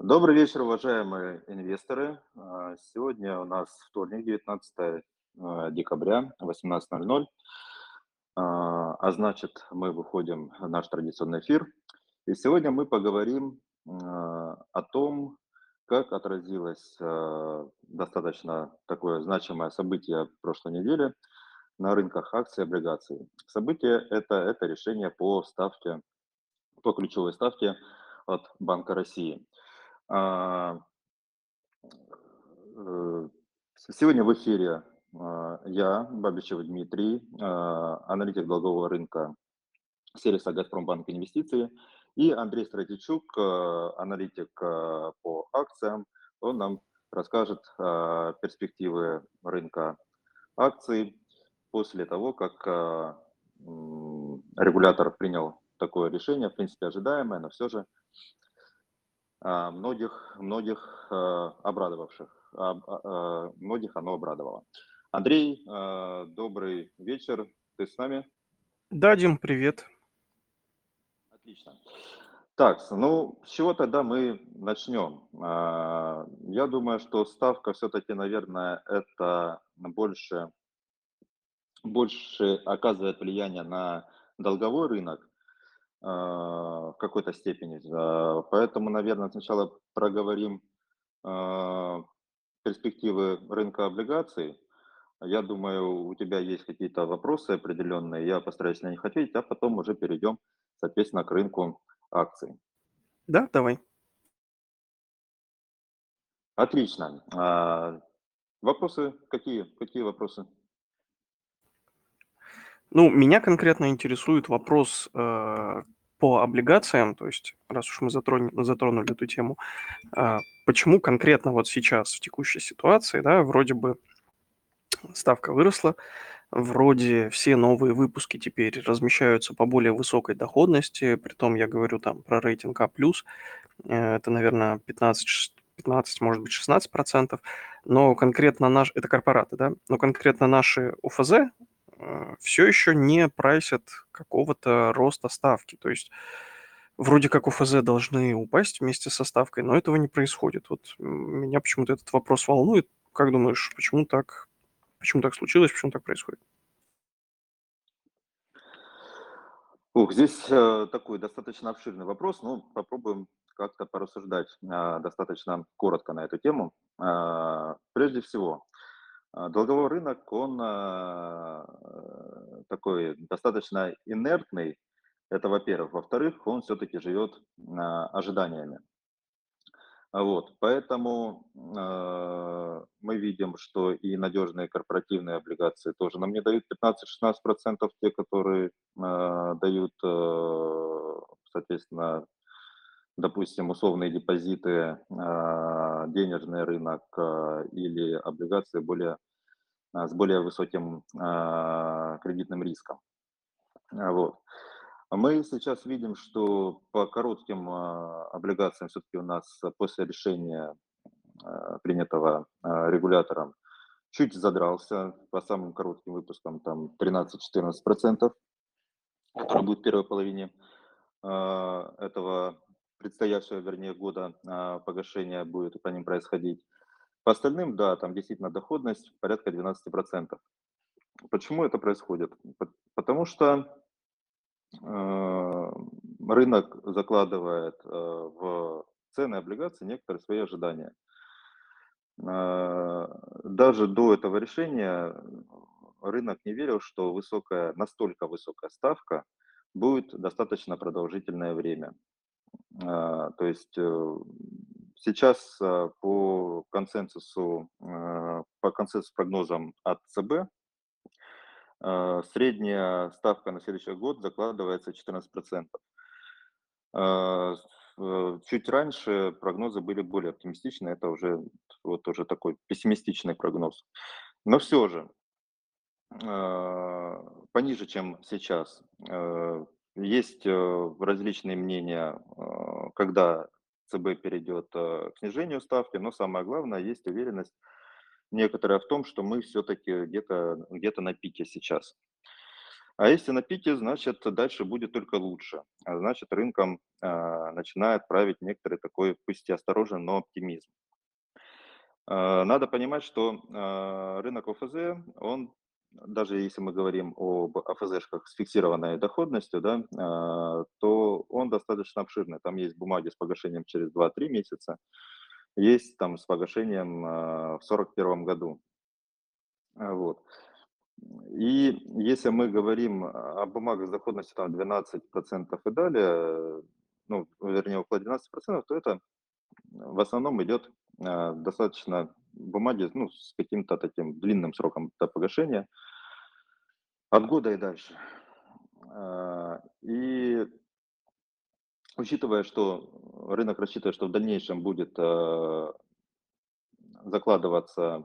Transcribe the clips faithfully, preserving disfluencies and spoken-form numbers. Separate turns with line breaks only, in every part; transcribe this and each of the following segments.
Добрый вечер, уважаемые инвесторы. А, Сегодня у нас вторник, девятнадцатое а, декабря, восемнадцать ноль ноль. А а значит, мы выходим в наш традиционный эфир. И сегодня мы поговорим а, о том, как отразилось а, достаточно такое значимое событие прошлой недели на рынках акций и облигаций. Событие это, это решение по ставке, по ключевой ставке от Банка России. А, Э, Сегодня в эфире а, я, Бабичев Дмитрий, а, аналитик долгового рынка сервиса «Газпромбанк Инвестиции», и Андрей Стратичук, а, аналитик а, по акциям. Он нам расскажет а, перспективы рынка акций после того, как а, м, регулятор принял такое решение, в принципе ожидаемое, но все же а, многих многих, а, обрадовавших, об а, а, многих оно обрадовало. Андрей, а, добрый вечер. Ты с нами?
Да, Дим, привет.
Отлично. Так, ну, с чего тогда мы начнем? А, я думаю, что ставка все-таки, наверное, это больше больше оказывает влияние на долговой рынок, а, в какой-то степени. А, поэтому, наверное, сначала проговорим, а, перспективы рынка облигаций. Я думаю, у тебя есть какие-то вопросы определенные, я постараюсь на них ответить, а потом уже перейдем, соответственно, к рынку акций.
Да, давай.
Отлично. А, Вопросы? Какие? Какие вопросы?
Ну, меня конкретно интересует вопрос э, по облигациям, то есть, раз уж мы затрон- затронули эту тему, а, почему конкретно вот сейчас, в текущей ситуации, да, вроде бы ставка выросла, вроде все новые выпуски теперь размещаются по более высокой доходности, притом я говорю там про рейтинг А+, э, это, наверное, пятнадцать, ш- пятнадцать, может быть, шестнадцать процентов, но конкретно наш, это корпораты, да, но конкретно наши ОФЗ все еще не прайсят какого-то роста ставки. То есть вроде как ОФЗ должны упасть вместе со ставкой, но этого не происходит. Вот м, меня почему-то этот вопрос волнует. Как думаешь, почему так, почему так случилось, почему так происходит?
Ух, здесь э, такой достаточно обширный вопрос, но попробуем как-то порассуждать а, достаточно коротко на эту тему. А, прежде всего, а, долговой рынок, он а, э, такой достаточно инертный, это во-первых. Во-вторых, он все-таки живет а, ожиданиями. А Вот, поэтому э, мы видим, что и надежные корпоративные облигации тоже нам не дают пятнадцать-шестнадцать процентов, те, которые э, дают, э, соответственно, допустим, условные депозиты, э, денежный рынок э, или облигации более, а, с более высоким э, кредитным риском. А, Вот. А Мы сейчас видим, что по коротким а, облигациям все-таки у нас а, после решения а, принятого а, регулятором чуть задрался по самым коротким выпускам, там тринадцать-четырнадцать процентов, который будет в первой половине а, этого предстоящего, вернее, года а, погашения будет по ним происходить. По остальным, да, там действительно доходность порядка двенадцать процентов. Почему это происходит? Пот- Потому что э, рынок закладывает э, в цены облигаций некоторые свои ожидания. А, Даже до этого решения рынок не верил, что высокая, настолько высокая ставка будет достаточно продолжительное время. А, То есть э, сейчас а, по консенсусу, а, по консенсус прогнозам от ЦБ, а, средняя ставка на следующий год закладывается четырнадцать процентов. А, с э, Чуть раньше прогнозы были более оптимистичны. Это уже вот уже такой пессимистичный прогноз. Но все же, а, пониже, чем сейчас. Э, Есть э, различные мнения, а, когда ЦБ перейдет э, к снижению ставки, но самое главное, есть уверенность некоторая в том, что мы все-таки где-то где-то на пике сейчас. А если на пике, значит, дальше будет только лучше. А значит, рынком а, начинает править некоторый такой, пусть и осторожный, но оптимизм. А, Надо понимать, что а, рынок о эф зэ, он, даже если мы говорим об о эф зэшках с фиксированной доходностью, да, а, то он достаточно обширный. Там есть бумаги с погашением через два-три месяца, есть там с погашением а, в сорок первом году. А, Вот. И если мы говорим о бумагах с доходностью там двенадцать процентов и далее, ну, вернее, около двенадцати процентов, то это в основном идет а, достаточно бумаги, ну, с каким-то таким длинным сроком до погашения, от года и дальше. А, И учитывая, что рынок рассчитывает, что в дальнейшем будет а, закладываться,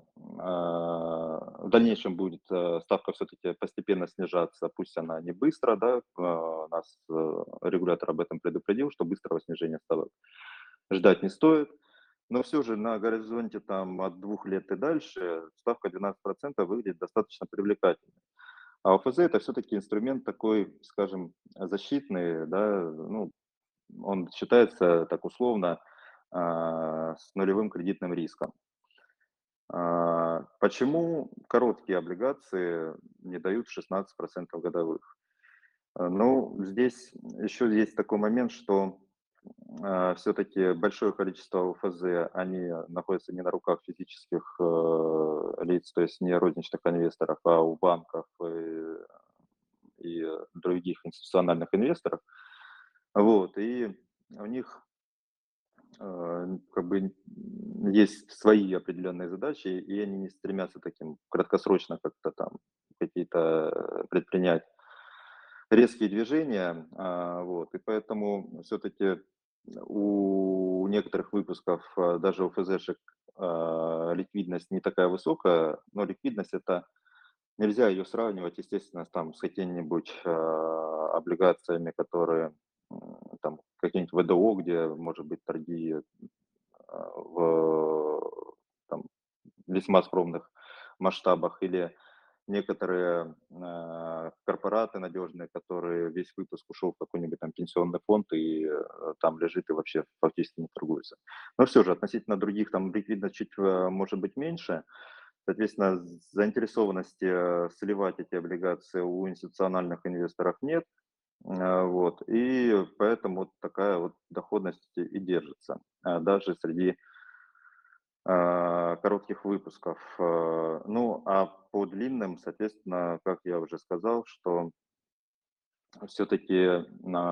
а, в дальнейшем будет э, ставка все-таки постепенно снижаться, пусть она не быстро, да, а, нас э, регулятор об этом предупредил, что быстрого снижения ставок ждать не стоит, но все же на горизонте там от двух лет и дальше ставка двенадцать процентов выглядит достаточно привлекательной. А о эф зэ это все-таки инструмент такой, скажем, защитный, да, ну, он считается так условно а, с нулевым кредитным риском. А, Почему короткие облигации не дают шестнадцать процентов годовых? А, Ну, здесь еще есть такой момент, что все-таки большое количество о эф зэ, они находятся не на руках физических э, лиц, то есть не розничных инвесторов, а у банков и, и других институциональных инвесторов. Вот, и у них э, как бы есть свои определенные задачи, и они не стремятся таким краткосрочно как-то там какие-то э, предпринять резкие движения, а, вот, и поэтому все-таки у некоторых выпусков а, даже у эф зэшек а, ликвидность не такая высокая, но ликвидность это нельзя ее сравнивать, естественно, там с какими-нибудь а, облигациями, которые м, там какие-нибудь вэ дэ о, где может быть торги а, в там, весьма скромных масштабах, или некоторые а, корпораты надежные, которые весь выпуск ушел в какой-нибудь там пенсионный фонд и э, там лежит и вообще фактически не торгуется. Но все же относительно других там ликвидность чуть э, может быть меньше. Соответственно, заинтересованности э, сливать эти облигации у институциональных инвесторов нет. А, Вот. И поэтому вот такая вот доходность и держится. А Даже среди а, коротких выпусков. Э, Ну, а по длинным, соответственно, как я уже сказал, что все-таки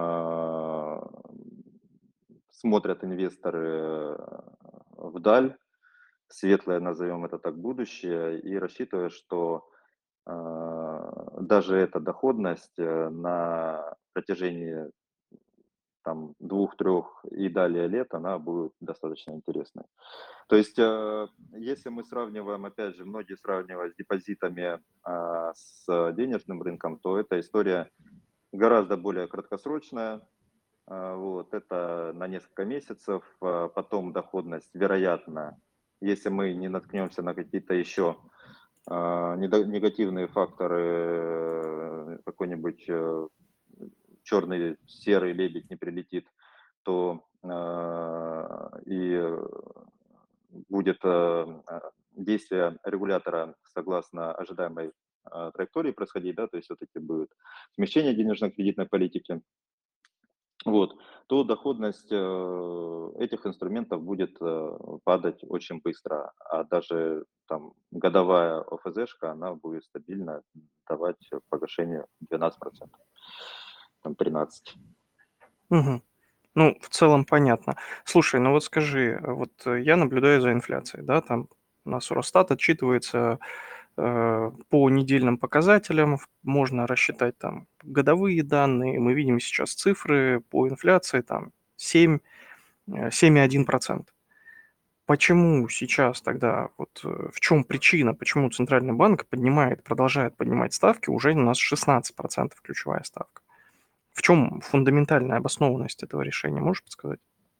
смотрят инвесторы э, вдаль, светлое, назовем это так, будущее, и рассчитывая, что а, даже эта доходность э, на протяжении там двух-трех и далее лет, она будет достаточно интересной. То есть, э, если мы сравниваем, опять же, многие сравнивают с депозитами, а, с денежным рынком, то эта история гораздо более краткосрочная. А, вот, это на несколько месяцев, а, потом доходность, вероятно, если мы не наткнемся на какие-то еще а, недо- негативные факторы, э, какой-нибудь э, черный серый лебедь не прилетит, то а, и будет э, а, действие регулятора согласно ожидаемой а, траектории происходить, да, то есть все-таки будет смещение денежно-кредитной политики, вот, то доходность э, этих инструментов будет э, падать очень быстро, а даже там годовая о эф зэшка, она будет стабильно давать погашение двенадцать процентов, там тринадцать.
Мгм. Ну, в целом понятно. Слушай, ну вот скажи, э, вот э, я наблюдаю за инфляцией, да, там у нас Росстат отчитывается э, по недельным показателям, в- можно рассчитать там годовые данные, мы видим сейчас цифры по инфляции, там семь, э, семь и один процент. Почему сейчас тогда, вот э, в чем причина, почему Центральный банк поднимает, продолжает поднимать ставки, уже у нас шестнадцать процентов ключевая ставка? В чем фундаментальная обоснованность этого решения, можешь подсказать?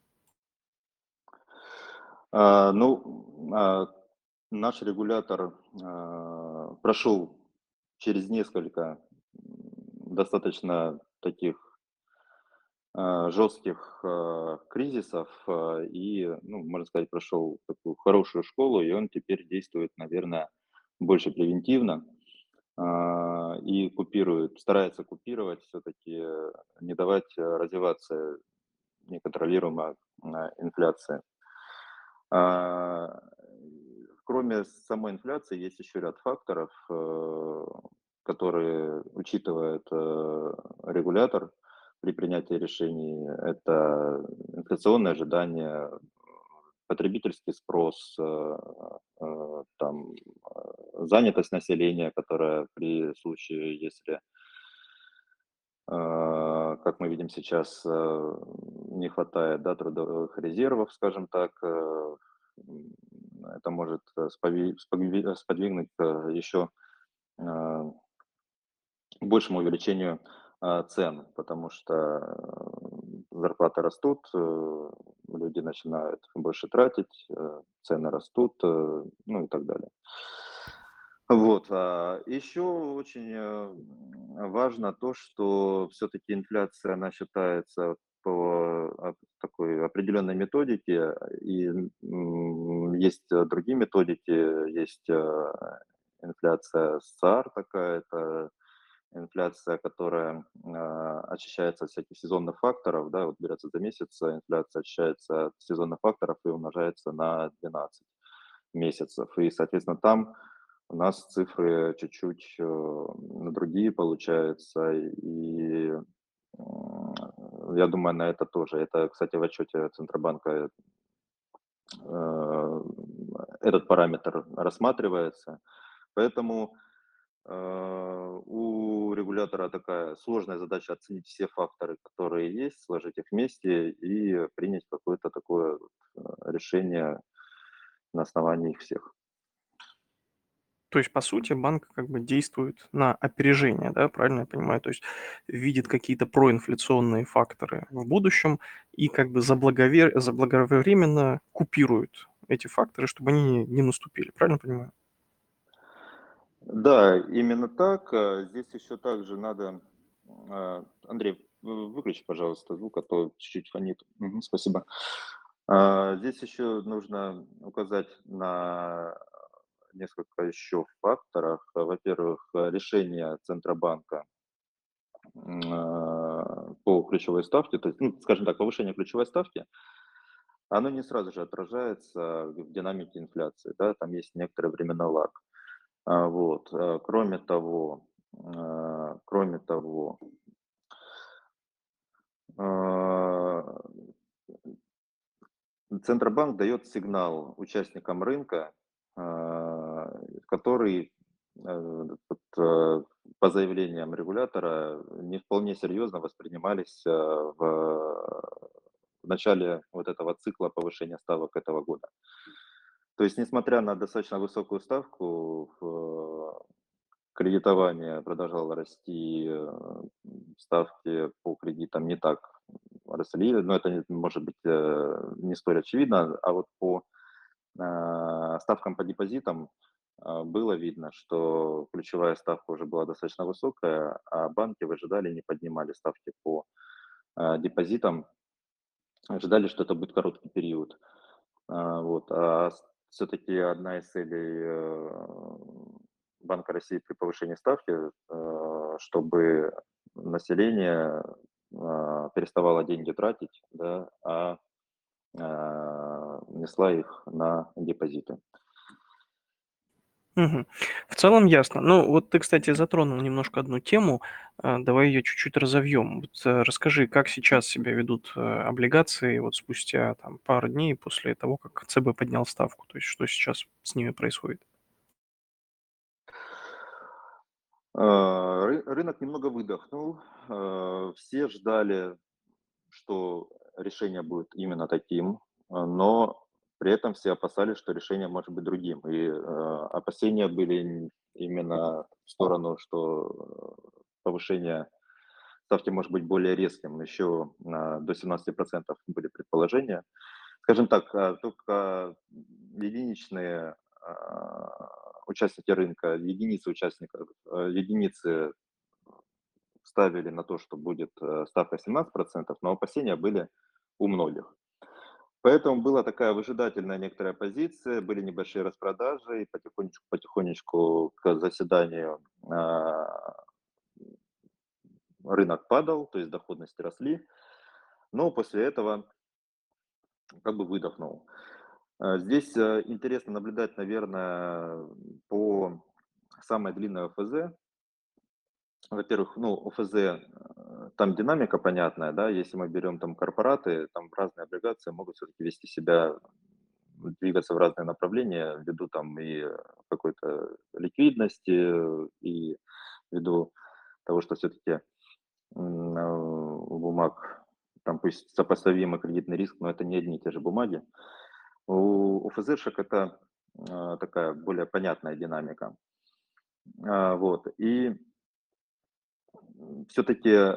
А, ну, а, Наш регулятор а, прошел через несколько достаточно таких а, жестких а, кризисов а, и, ну, можно сказать, прошел такую хорошую школу, и он теперь действует, наверное, больше превентивно а, и купирует, старается купировать все-таки, не давать э, развиваться неконтролируемой а, инфляции. А, Кроме самой инфляции есть еще ряд факторов, э, которые учитывает э, регулятор при принятии решений. Это инфляционные ожидания, потребительский спрос, э, э, там, э, занятость населения, которая при случае, если а, как мы видим сейчас, э, не хватает, да, трудовых резервов, скажем так. э, м, Это может э, спови- сподви- э, сподвигнуть э, еще э, к большему увеличению а, цен, потому что э, зарплаты растут, э, люди начинают больше тратить, э, цены растут, э, ну и так далее. Вот, а, еще очень, э, важно то, что все-таки инфляция, она считается по а, такой определенной методике, и м, есть э, другие методики, есть э, инфляция САР такая, это инфляция, которая а, очищается от всяких сезонных факторов, да, вот берется за месяц, а инфляция очищается от сезонных факторов и умножается на двенадцать месяцев. И, соответственно, там у нас цифры чуть-чуть э, на другие получаются. И м, я думаю, на это тоже. Это, кстати, в отчете Центробанка э, этот параметр рассматривается. Поэтому э, у регулятора такая сложная задача оценить все факторы, которые есть, сложить их вместе и принять какое-то такое вот, э, решение на основании их всех.
То есть, по сути, банк как бы действует на опережение, да, правильно я понимаю? То есть видит какие-то проинфляционные факторы в будущем и как бы заблаговер... заблаговременно купирует эти факторы, чтобы они не не наступили. Правильно понимаю?
Да, именно так. А, Здесь еще также надо... а, Андрей, вы- выключи, пожалуйста, звук, а то чуть-чуть фонит. Мгм, спасибо. А, Здесь еще нужно указать на несколько еще факторов. А, Во-первых, а, решение Центробанка м, а, по ключевой ставке, то есть, ну, скажем так, повышение ключевой ставки, оно не сразу же отражается в динамике инфляции, да, там есть некоторый временной лаг. А, вот. э, Кроме того, а, кроме того, а, Центробанк дает сигнал участникам рынка, а, который, э, вот, э, по заявлениям регулятора, не вполне серьезно воспринимались, э, в в начале вот этого цикла повышения ставок этого года. То есть, несмотря на достаточно высокую ставку, в кредитование продолжало расти, э, ставки по кредитам не так росли, но это, не- может быть, э, не столь очевидно, а вот по а, ставкам по депозитам а, было видно, что ключевая ставка уже была достаточно высокая, а банки выжидали и не поднимали ставки по а, депозитам, ожидали, что это будет короткий период. А, вот, а все-таки одна из целей э, Банка России при повышении ставки, э, чтобы население а, переставало деньги тратить, да, а а, несла их на депозиты.
Мгм. В целом ясно. Ну, вот ты, кстати, затронул немножко одну тему. А, давай ее чуть-чуть разовьем. Вот, э, расскажи, как сейчас себя ведут э, облигации вот спустя там, пару дней после того, как ЦБ поднял ставку. То есть что сейчас с ними происходит?
А, ры- Рынок немного выдохнул. а, Все ждали, что решение будет именно таким, а, но при этом все опасались, что решение может быть другим. И э, опасения были н- именно в сторону, что э, повышение ставки может быть более резким. Еще а, до семнадцати процентов были предположения. Скажем так, а, только единичные а, участники рынка, единицы участников, э, единицы ставили на то, что будет э, ставка семнадцать процентов, но опасения были у многих. Поэтому была такая выжидательная некоторая позиция, были небольшие распродажи, и потихонечку, потихонечку к заседанию а, рынок падал, то есть доходности росли, но после этого как бы выдохнул. А, Здесь э, интересно наблюдать, наверное, по самой длинной ОФЗ. Во-первых, ну, ОФЗ, э, там динамика понятная, да, если мы берем там корпораты, там разные облигации могут все-таки вести себя, м, двигаться в разные направления, ввиду там и э, какой-то ликвидности, э, и ввиду того, что все-таки у бумаг там пусть сопоставимый кредитный риск, но это не одни и те же бумаги. У ОФЗшек это э, такая более понятная динамика. А, Вот. И все-таки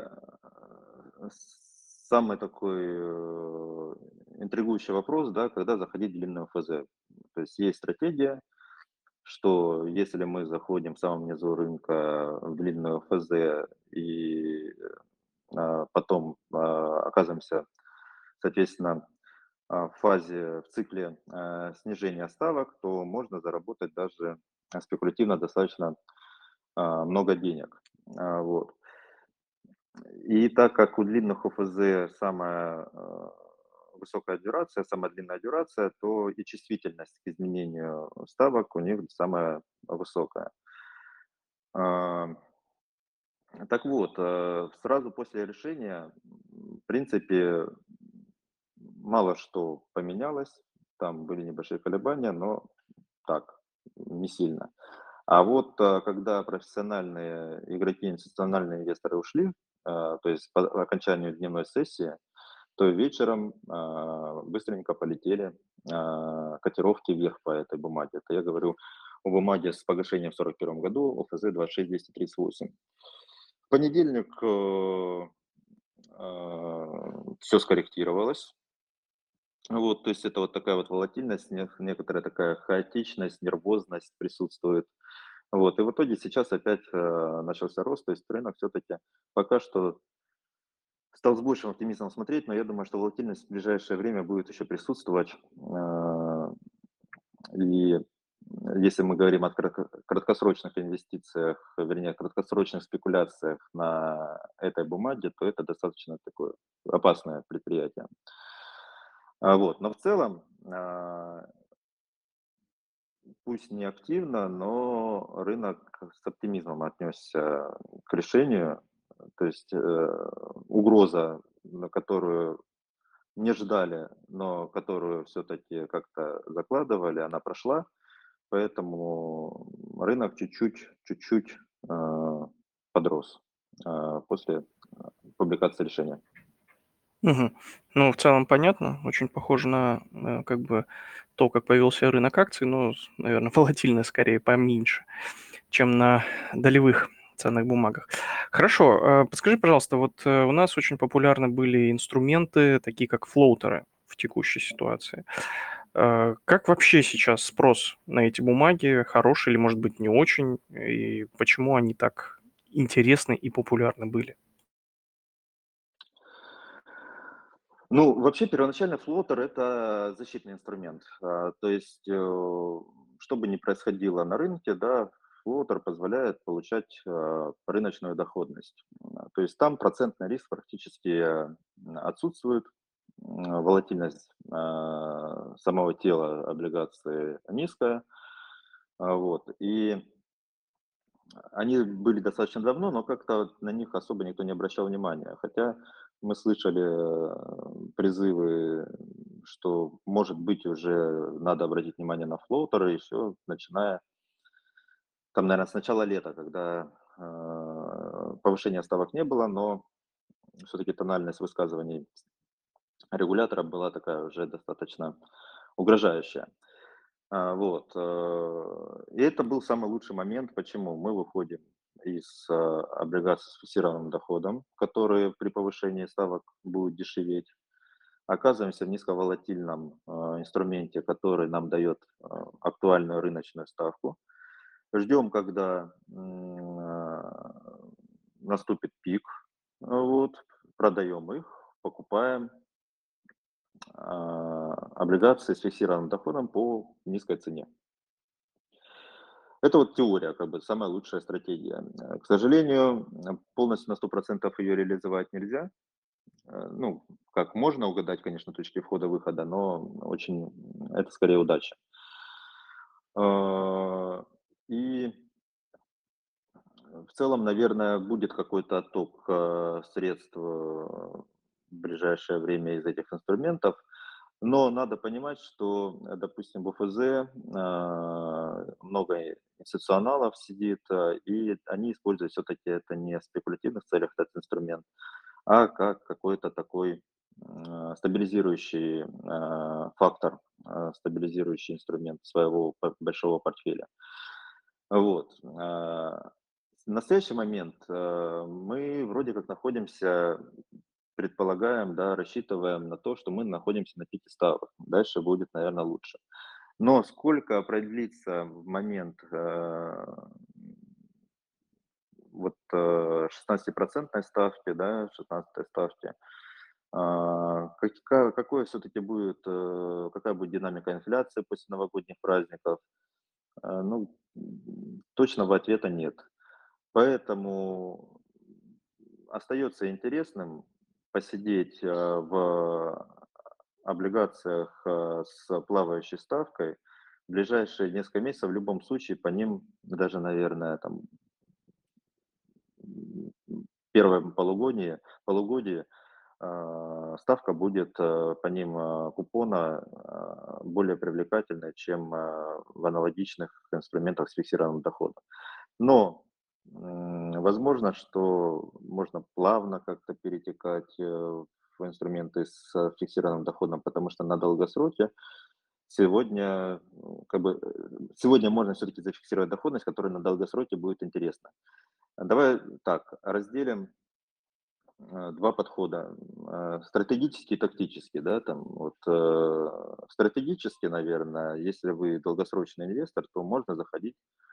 самый такой э, интригующий вопрос, да, когда заходить в длинную ОФЗ. То есть есть стратегия, что если мы заходим в самом низу рынка в длинную ОФЗ и а, потом а, оказываемся, соответственно, а, в фазе, в цикле а, снижения ставок, то можно заработать даже а, спекулятивно достаточно а, много денег. А, Вот. И так как у длинных ОФЗ самая э, высокая дюрация, самая длинная дюрация, то и чувствительность к изменению ставок у них самая высокая. А, Так вот, э, сразу после решения, м, в принципе, мало что поменялось. Там были небольшие колебания, но так, не сильно. А вот э, когда профессиональные игроки, институциональные инвесторы ушли, э, то есть по окончанию дневной сессии, то вечером, а, быстренько полетели, а, котировки вверх по этой бумаге. Это я говорю о бумаге с погашением в сорок первом году, ОФЗ двадцать шесть двести тридцать восемь. В понедельник, все скорректировалось. Вот, то есть это вот такая вот волатильность, не некоторая такая хаотичность, нервозность присутствует. Вот, и в итоге сейчас опять, э, начался рост, то есть рынок все таки пока что стал с большим оптимизмом смотреть, но я думаю, что волатильность в ближайшее время будет еще присутствовать. А, И если мы говорим о кратко- краткосрочных инвестициях, вернее, краткосрочных спекуляциях на этой бумаге, то это достаточно такое опасное предприятие. А Вот. Но в целом, а, пусть не активно, но рынок с оптимизмом отнесся к решению. То есть э, угроза, на которую не ждали, но которую все-таки как-то закладывали, она прошла, поэтому рынок чуть-чуть, чуть-чуть э, подрос э, после публикации решения.
Мгм. Ну, в целом понятно, очень похоже на, э, как бы то, как появился рынок акций, но, наверное, волатильность скорее поменьше, чем на долевых ценных бумагах. Хорошо, э, подскажи, пожалуйста, вот э, у нас очень популярны были инструменты, такие как флоутеры в текущей ситуации. Э, Как вообще сейчас спрос на эти бумаги? Хороший или, может быть, не очень? И почему они так интересны и популярны были?
Ну, вообще, первоначально флотер– это защитный инструмент. А, То есть, э, что бы ни происходило на рынке, да, флотер позволяет получать э, рыночную доходность. А, То есть там процентный риск практически э, отсутствует, м, волатильность а, самого тела облигации низкая. А, Вот. И они были достаточно давно, но как-то вот на них особо никто не обращал внимания. Хотя мы слышали э, призывы, что, может быть, уже надо обратить внимание на флоутеры еще, начиная, там, наверное, с начала лета, когда э, повышения ставок не было, но все-таки тональность высказываний регулятора была такая уже достаточно угрожающая. А, вот, э, и это был самый лучший момент. Почему? Мы выходим из э, облигаций с фиксированным доходом, которые при повышении ставок будут дешеветь. Оказываемся в низковолатильном э, инструменте, который нам дает э, актуальную рыночную ставку. Ждем, когда м, э, наступит пик, вот, продаем их, покупаем а, облигации с фиксированным доходом по низкой цене. Это вот теория, как бы самая лучшая стратегия. Э, К сожалению, м, полностью на сто процентов ее реализовать нельзя. Э, Ну, как можно угадать, конечно, точки входа-выхода, но очень м, это скорее удача. А, И в целом, наверное, будет какой-то отток э, средств э, в ближайшее время из этих инструментов. Но надо понимать, что, э, допустим, в ОФЗ а, много институционалов сидит, а, и они используют все-таки это не в спекулятивных целях, этот инструмент, а как какой-то такой м, стабилизирующий а, фактор, а, стабилизирующий инструмент своего п- большого портфеля. Вот. а, В настоящий момент э, мы вроде как находимся, предполагаем, да, рассчитываем на то, что мы находимся на пике ставок. Дальше будет, наверное, лучше. Но сколько продлится в момент э, вот э, шестнадцатипроцентной ставки, да, шестнадцатой ставки, а, какая, какое все-таки будет, э, какая будет динамика инфляции после новогодних праздников, Э, ну, м, точного ответа нет. Поэтому остается интересным посидеть, э, в облигациях, э, с плавающей ставкой. В ближайшие несколько месяцев в любом случае по ним, даже, наверное, там, м, первом полугодии полугодии, а, ставка будет, э, по ним, а, купона, а, более привлекательной, чем, а, в аналогичных инструментах с фиксированным доходом. Но, м, возможно, что можно плавно как-то перетекать, э, в инструменты с э, фиксированным доходом, потому что на долгосроке сегодня, ну, как бы, э, сегодня можно все-таки зафиксировать доходность, которая на долгосроке будет интересна. Давай так, разделим э, два подхода. Э, Стратегический и тактический, да, там вот э, стратегически, наверное, если вы долгосрочный инвестор, то можно заходить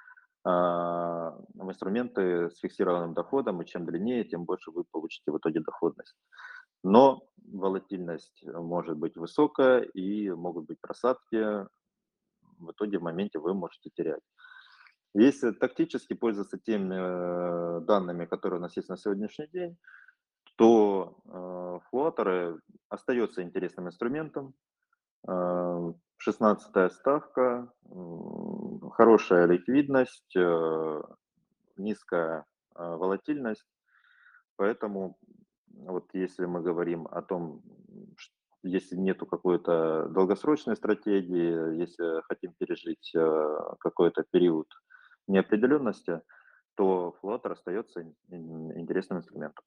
а, в инструменты с фиксированным доходом, и чем длиннее, тем больше вы получите в итоге доходность. Но волатильность может быть высокая и могут быть просадки, в итоге в моменте вы можете терять. Если тактически пользоваться теми э, данными, которые у нас есть на сегодняшний день, то э, флуаторы остается интересным инструментом. Э, шестнадцатая ставка, м, хорошая ликвидность, э, низкая, а, волатильность. Поэтому вот если мы говорим о том, м, ш если нету какой-то долгосрочной стратегии, если хотим пережить, э, какой-то период неопределенности, то флуатер остается ин ин интересным инструментом.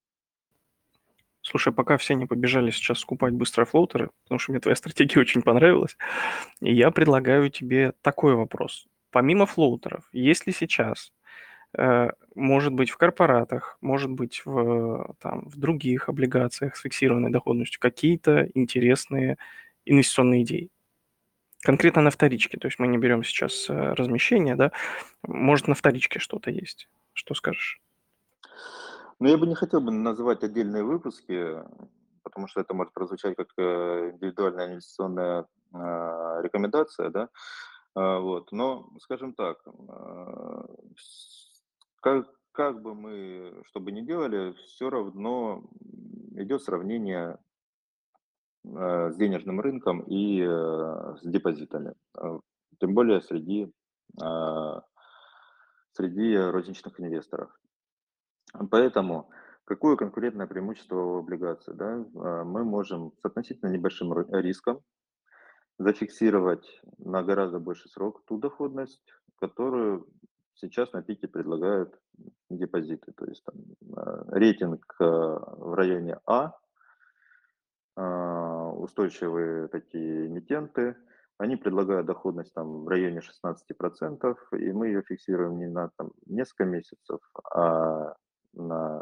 Слушай, пока все не побежали сейчас скупать быстро флоутеры, потому что мне твоя стратегия очень понравилась, и я предлагаю тебе такой вопрос. Помимо флоутеров, есть ли сейчас, э, может быть, в корпоратах, может быть, в, там, в других облигациях с фиксированной доходностью какие-то интересные инвестиционные идеи? Конкретно на вторичке, то есть мы не берем сейчас э, размещение, да, может, на вторичке что-то есть. Что скажешь?
Но я бы не хотел бы называть отдельные выпуски, потому что это может прозвучать как, э, индивидуальная инвестиционная, а, рекомендация, да. А, вот, но, скажем так, а, с как как бы мы что бы ни делали, все равно, м, идет сравнение, а, с денежным рынком и, э, с депозитами. А, Тем более среди, а, среди розничных инвесторов. Поэтому какое конкурентное преимущество у облигаций, да? А, Мы можем с относительно небольшим ри- риском зафиксировать на гораздо больший срок ту доходность, которую сейчас на пике предлагают депозиты. То есть там, а, рейтинг а, в районе А, а, устойчивые такие эмитенты, они предлагают доходность там в районе шестнадцати процентов, и мы ее фиксируем не на там, несколько месяцев, а на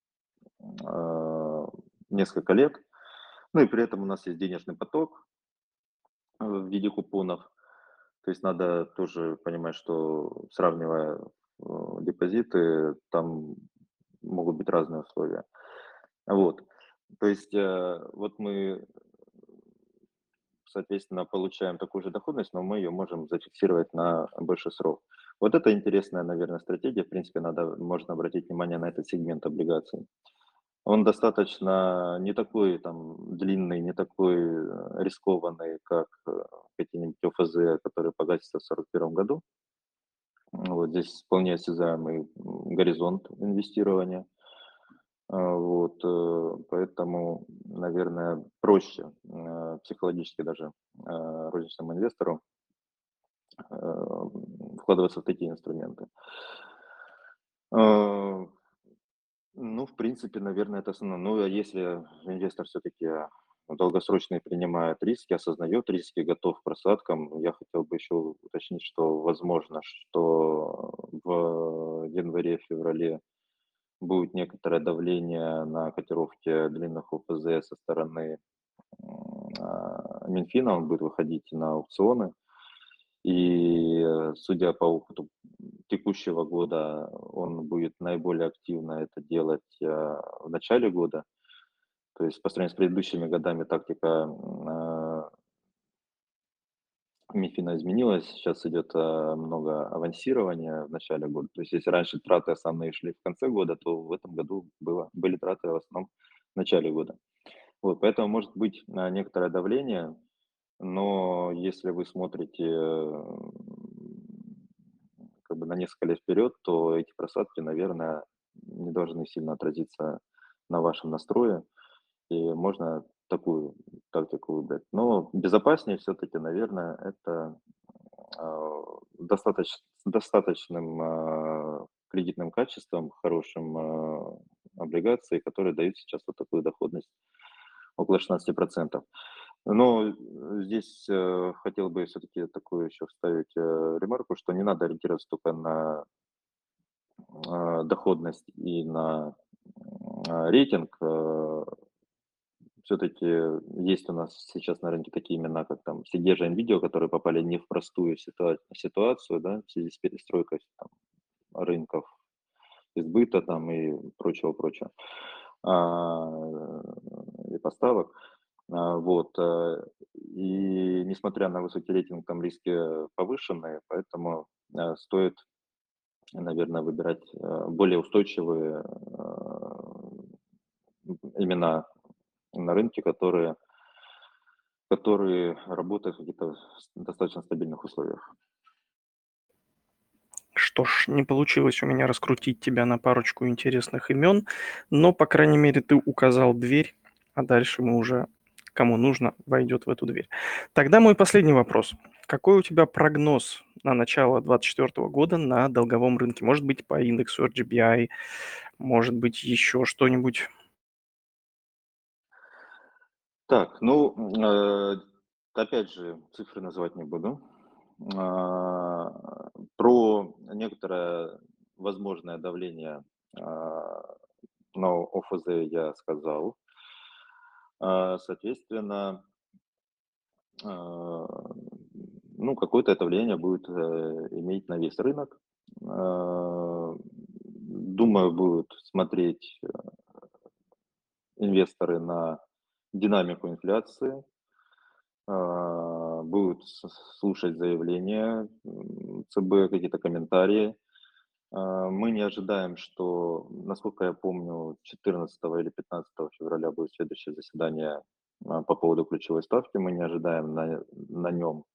а, несколько лет. Ну и при этом у нас есть денежный поток э, в виде купонов. То есть надо тоже понимать, что сравнивая э, депозиты, там могут быть разные условия. Вот. То есть, э, вот мы, соответственно, получаем такую же доходность, но мы ее можем зафиксировать на большой срок. Вот это интересная, наверное, стратегия. В принципе, надо, можно обратить внимание на этот сегмент облигаций. Он достаточно не такой там длинный, не такой э, рискованный, как э, какие-нибудь ОФЗ, которые погасятся в сорок первом году. Вот здесь вполне осязаемый м, горизонт инвестирования. А, Вот, э, поэтому, наверное, проще э, психологически даже э, розничному инвестору э, вкладываться в такие инструменты. А, Ну, в принципе, наверное, это основное. Ну, а если инвестор все-таки долгосрочные принимает риски, осознает риски, готов к просадкам, я хотел бы еще уточнить, что возможно, что в январе-феврале будет некоторое давление на котировки длинных ОФЗ со стороны м, а, Минфина, он будет выходить на аукционы. И, э, судя по опыту текущего года, он будет наиболее активно это делать, а, в начале года. То есть по сравнению с предыдущими годами тактика, м, а, Минфина изменилась. Сейчас идет, а, много авансирования в начале года. То есть если раньше траты основные шли в конце года, то в этом году было были траты в основном в начале года. Вот, поэтому может быть, а, некоторое давление. Но если вы смотрите, м, как бы на несколько лет вперед, то эти просадки, наверное, не должны сильно отразиться на вашем настрое, и можно такую тактику выбрать. Но безопаснее все-таки, наверное, это а, достаточ с достаточным, а, кредитным качеством, хорошим, а, облигации, которые дают сейчас вот такую доходность около шестнадцати процентов. Но, э, здесь, э, хотел бы все-таки такую еще вставить, э, ремарку, что не надо ориентироваться только на, а, доходность и на, а, рейтинг. Э, все-таки есть у нас сейчас на рынке такие имена, как там Сидержи, NVIDIA, которые попали не в простую ситуа ситуацию, да, в связи с перестройкой там рынков избыта там и прочего-прочего, а, и поставок. А, вот, э, и несмотря на высокий рейтинг, там риски повышенные, поэтому, э, стоит, наверное, выбирать, э, более устойчивые, а, имена на рынке, которые которые работают в каких-то с достаточно стабильных условиях.
Что ж, не получилось у меня раскрутить тебя на парочку интересных имен, но, по крайней мере, ты указал дверь, а дальше мы уже, кому нужно, войдет в эту дверь. Тогда мой последний вопрос. Какой у тебя прогноз на начало двадцать четвертого года на долговом рынке? Может быть, по индексу эр джи би ай, может быть, еще что-нибудь?
Так, ну, э, опять же, цифры называть не буду. А, про некоторое возможное давление, а, на ОФЗ я сказал. А, соответственно, а, ну, какое-то это влияние будет, э, иметь на весь рынок. А, думаю, будут смотреть, э, инвесторы на динамику инфляции, а, будут с слушать заявления, м, ЦБ, какие-то комментарии. А, мы не ожидаем, что, насколько я помню, четырнадцатого или пятнадцатого февраля будет следующее заседание, а, по поводу ключевой ставки. Мы не ожидаем на на нем,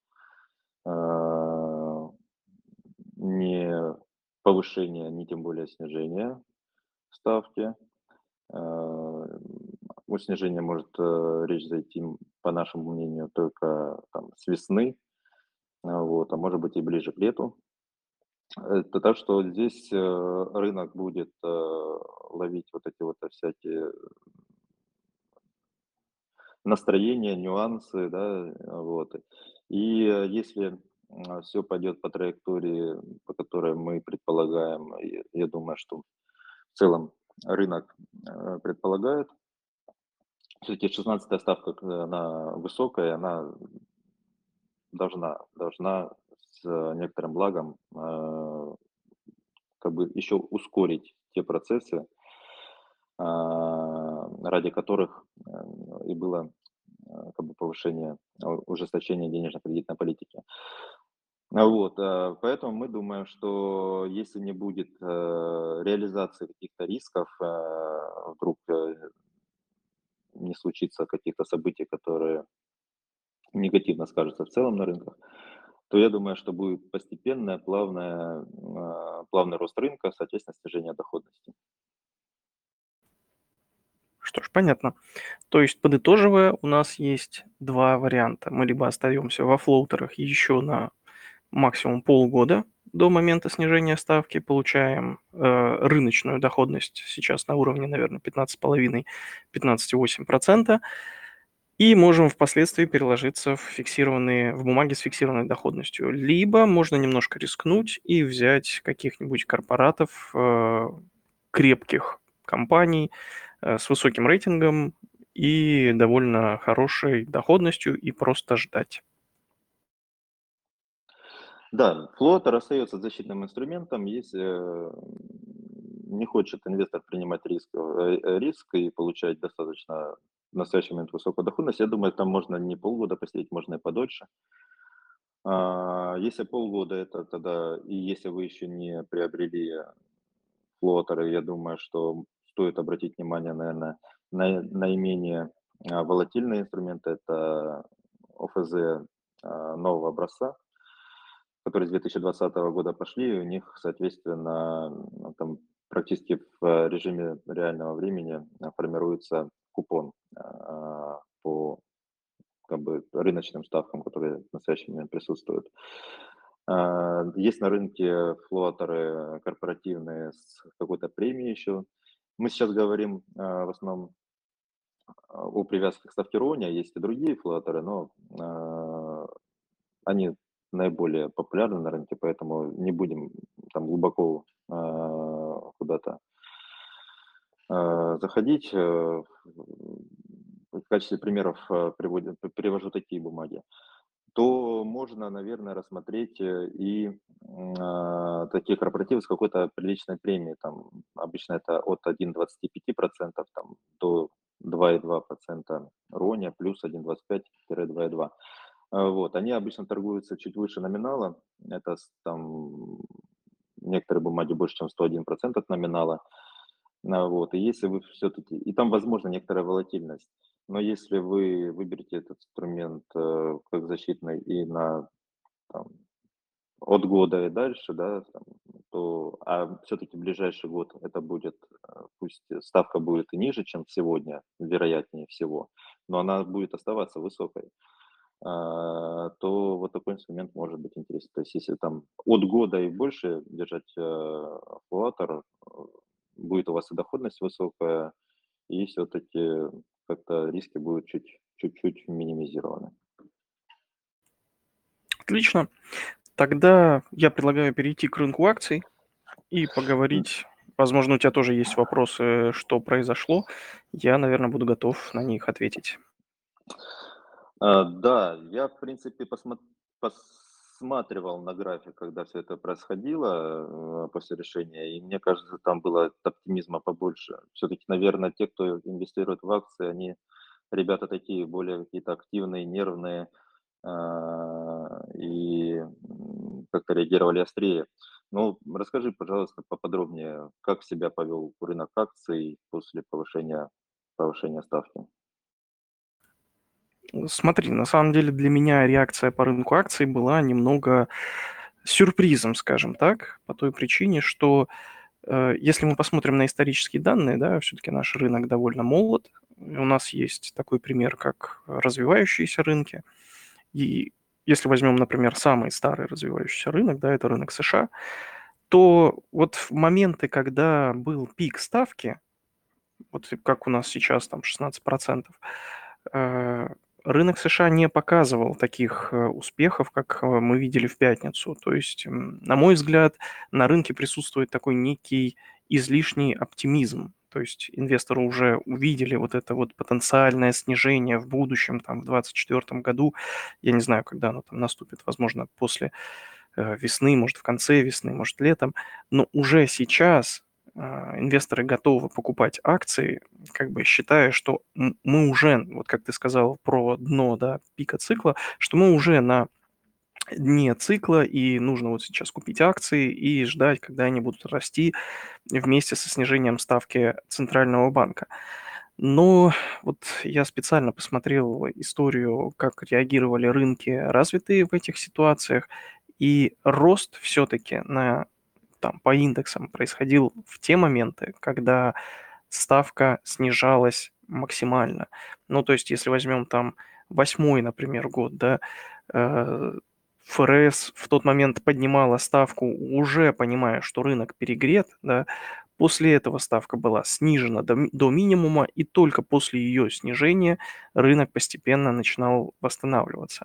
а, ни повышения, ни тем более снижения ставки. А, О снижении может, э, речь зайти, м, по нашему мнению, только там с весны, а, вот, а может быть и ближе к лету. Это так что здесь, э, рынок будет, э, ловить вот эти вот, э, всякие настроения, нюансы, да, э, вот. И, э, если, все пойдет по траектории, по которой мы предполагаем, и я думаю, что в целом рынок, э, предполагает, все-таки шестнадцатая ставка, к она высокая, она должна должна с некоторым лагом, э, как бы еще ускорить те процессы, а, ради которых э, и было э, как бы повышение, а, ужесточение денежно-кредитной политики. А, вот, э, поэтому мы думаем, что если не будет э, реализации каких-то рисков, э, вдруг э, не случится каких-то событий, которые негативно скажутся в целом на рынках, то я думаю, что будет постепенное, плавное, а, плавный рост рынка, соответственно, снижение доходности.
Что ж, понятно. То есть, подытоживая, у нас есть два варианта. Мы либо остаемся во флоутерах еще на максимум полгода до момента снижения ставки, получаем э, рыночную доходность сейчас на уровне, наверное, пятнадцать целых пять - пятнадцать целых восемь десятых процента, и можем впоследствии переложиться в фиксированные, в бумаги с фиксированной доходностью. Либо можно немножко рискнуть и взять каких-нибудь корпоратов, э, крепких компаний э, с высоким рейтингом и довольно хорошей доходностью и просто ждать.
Да, флотер остается защитным инструментом, если э, не хочет инвестор принимать риск, э, э, риск и получать достаточно в настоящий момент высокую доходность. Я думаю, там можно не полгода посидеть, можно и подольше. А, Если полгода, это тогда, и если вы еще не приобрели флотеры, я думаю, что стоит обратить внимание, наверное, на наименее а, волатильные инструменты. Это О Ф З а, нового образца, которые с две тысячи двадцатого года пошли, и у них, соответственно, ну, там практически в режиме реального времени а, формируется купон а, по как бы рыночным ставкам, которые в настоящий момент присутствуют. А, Есть на рынке флотеры корпоративные с какой-то премией еще. Мы сейчас говорим а, в основном а, о привязке к ставке РОНИ, есть и другие флотеры, но а, они наиболее популярны на рынке, поэтому не будем там глубоко а, куда-то а, заходить. Э, В качестве примеров а, приводя- привожу такие бумаги. То можно, наверное, рассмотреть э, и м, а, такие корпоративы с какой-то приличной премией. Там обычно это от одного целых двадцати пяти процентов там, до два целых двух десятых процента РОНИ плюс один целых двадцать пять - два целых два. А, Вот. Они обычно торгуются чуть выше номинала. Это с- там некоторые бумаги больше, чем сто один процент от номинала. А, Вот. И если вы все-таки... И там, возможно, некоторая волатильность. Но если вы выберете этот инструмент э, как защитный и на там, от года и дальше, да, там, то, а все-таки ближайший год это будет, э, пусть ставка будет и ниже, чем сегодня, вероятнее всего, но она будет оставаться высокой, а, то вот такой инструмент может быть интересен. То есть если там от года и больше держать э, флуатор, э, будет у вас и доходность высокая, и все-таки как-то риски будут чуть, чуть-чуть минимизированы.
Отлично. Тогда я предлагаю перейти к рынку акций и поговорить. Возможно, у тебя тоже есть вопросы, что произошло. Я, наверное, буду готов на них ответить.
А, да, я, в принципе, посмо посматривал на график, когда все это происходило, э, после решения, и мне кажется, там было оптимизма побольше. Все таки наверное, те, кто инвестирует в акции, они ребята такие более какие-то активные, нервные, а, и, м, как-то реагировали острее. Ну, расскажи, пожалуйста, поподробнее, как себя повел рынок акций после повышения повышения ставки?
Смотри, на самом деле для меня реакция по рынку акций была немного сюрпризом, скажем так, по той причине, что э, если мы посмотрим на исторические данные, да, все-таки наш рынок довольно молод. У нас есть такой пример, как развивающиеся рынки. И если возьмем, например, самый старый развивающийся рынок, да, это рынок С Ш А, то вот в моменты, когда был пик ставки, вот как у нас сейчас там шестнадцать процентов, э, рынок С Ш А не показывал таких э, успехов, как э, мы видели в пятницу. То есть, м, на мой взгляд, на рынке присутствует такой некий излишний оптимизм. То есть инвесторы уже увидели вот это вот потенциальное снижение в будущем, там, в двадцать четвертом году. Я не знаю, когда оно там наступит, возможно, после э, весны, может, в конце весны, может, летом. Но уже сейчас а, инвесторы готовы покупать акции, как бы считая, что м- мы уже, вот как ты сказал про дно, да, пика цикла, что мы уже на дне цикла, и нужно вот сейчас купить акции и ждать, когда они будут расти вместе со снижением ставки Центрального банка. Но вот я специально посмотрел историю, как реагировали рынки развитые в этих ситуациях, и рост все-таки на, там, по индексам происходил в те моменты, когда ставка снижалась максимально. Ну, то есть, если возьмем там восьмой, например, год, да, э, ФРС в тот момент поднимала ставку, уже понимая, что рынок перегрет, да, после этого ставка была снижена до, ми- до минимума, и только после ее снижения рынок постепенно начинал восстанавливаться.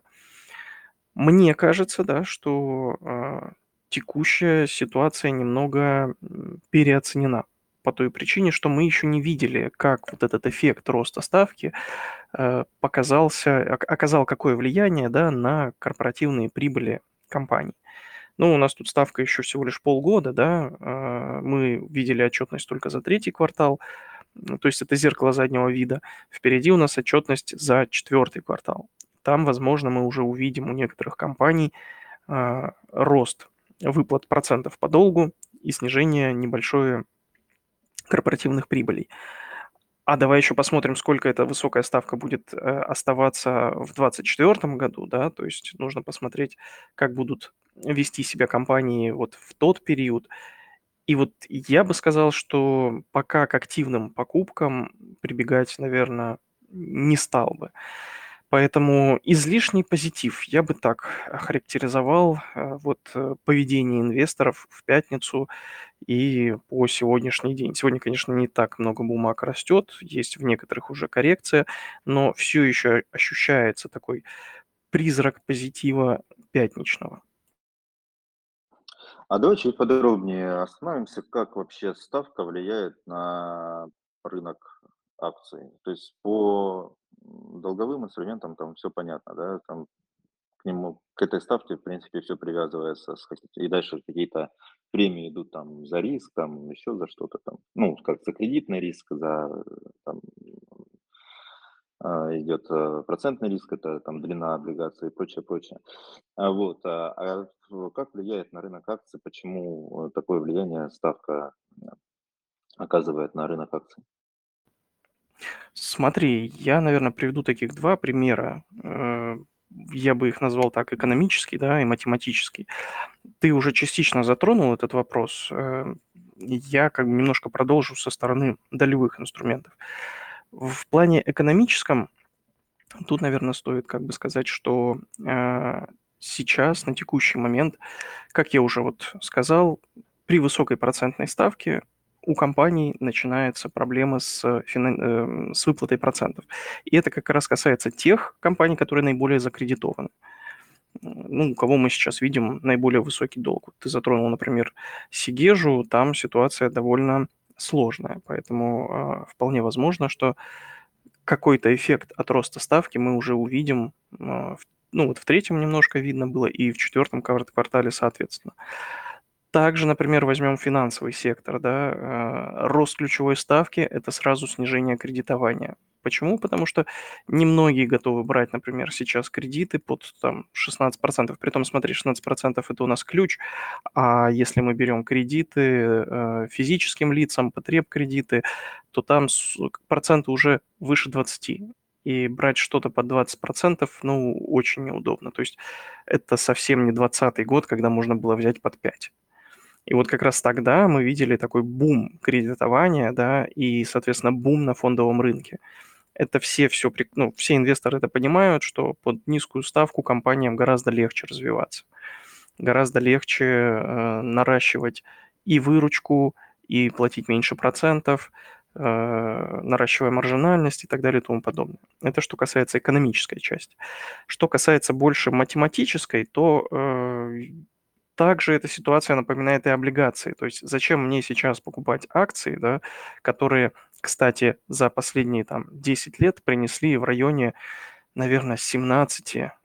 Мне кажется, да, что а, текущая ситуация немного м, переоценена по той причине, что мы еще не видели, как вот этот эффект роста ставки э, показался, ок- оказал какое влияние, да, на корпоративные прибыли компаний. Ну, у нас тут ставка еще всего лишь полгода, да, а, мы видели отчетность только за третий квартал, м, то есть это зеркало заднего вида. Впереди у нас отчетность за четвертый квартал. Там, возможно, мы уже увидим у некоторых компаний а, рост выплат процентов по долгу и снижение небольшое корпоративных прибылей. А давай еще посмотрим, сколько эта высокая ставка будет э, оставаться в двадцать четвертом году, да, то есть нужно посмотреть, как будут вести себя компании вот в тот период. И вот я бы сказал, что пока к активным покупкам прибегать, наверное, не стал бы. Поэтому излишний позитив я бы так охарактеризовал э, вот э, поведение инвесторов в пятницу и по сегодняшний день. Сегодня, конечно, не так много бумаг растет, есть в некоторых уже коррекция, но все еще ощущается такой призрак позитива пятничного.
А давай чуть подробнее остановимся, как вообще ставка влияет на рынок акций. То есть по м, долговым инструментам там все понятно, да, там к нему, к этой ставке, в принципе, все привязывается, с каких- и дальше какие-то премии идут там за риск, там еще за что-то там, ну, как за кредитный риск, за э, там а, идет э, процентный риск, это там длина облигаций и прочее, прочее. А вот, а, а в- как влияет на рынок акций, почему э, такое влияние ставка э, оказывает на рынок акций?
Смотри, я, наверное, приведу таких два примера. Э, Я бы их назвал так: экономический, да, и математический. Ты уже частично затронул этот вопрос. Э, Я как бы немножко продолжу со стороны долевых инструментов. В плане экономическом тут, наверное, стоит как бы сказать, что э, сейчас, на текущий момент, как я уже вот сказал, при высокой процентной ставке у компаний начинается проблема с, финан- эм, с выплатой процентов. И это как раз касается тех компаний, которые наиболее закредитованы. М, Ну, у кого мы сейчас видим наиболее высокий долг. Вот ты затронул, например, Сигежу, там ситуация довольно сложная, поэтому а, вполне возможно, что какой-то эффект от роста ставки мы уже увидим, а, в- ну вот в третьем немножко видно было, и в четвертом квар- квартале соответственно. Также, например, возьмем финансовый сектор, да, а, рост ключевой ставки– это сразу снижение кредитования. Почему? Потому что немногие готовы брать, например, сейчас кредиты под там, шестнадцать процентов. Притом, смотри, шестнадцать процентов это у нас ключ, а если мы берем кредиты э, физическим лицам, потреб-кредиты, то там с- проценты уже выше двадцати. И брать что-то под двадцать процентов, ну, очень неудобно. То есть это совсем не двадцатый год, когда можно было взять под пять. И вот как раз тогда мы видели такой бум кредитования, да, и, соответственно, бум на фондовом рынке. Это все, все, ну, все инвесторы это понимают, что под низкую ставку компаниям гораздо легче развиваться, гораздо легче э, наращивать и выручку, и платить меньше процентов, э, наращивая маржинальность и так далее и тому подобное. Это что касается экономической части. Что касается больше математической, то э, также эта ситуация напоминает и облигации. То есть зачем мне сейчас покупать акции, да, которые, кстати, за последние там десять лет принесли в районе, наверное, семнадцать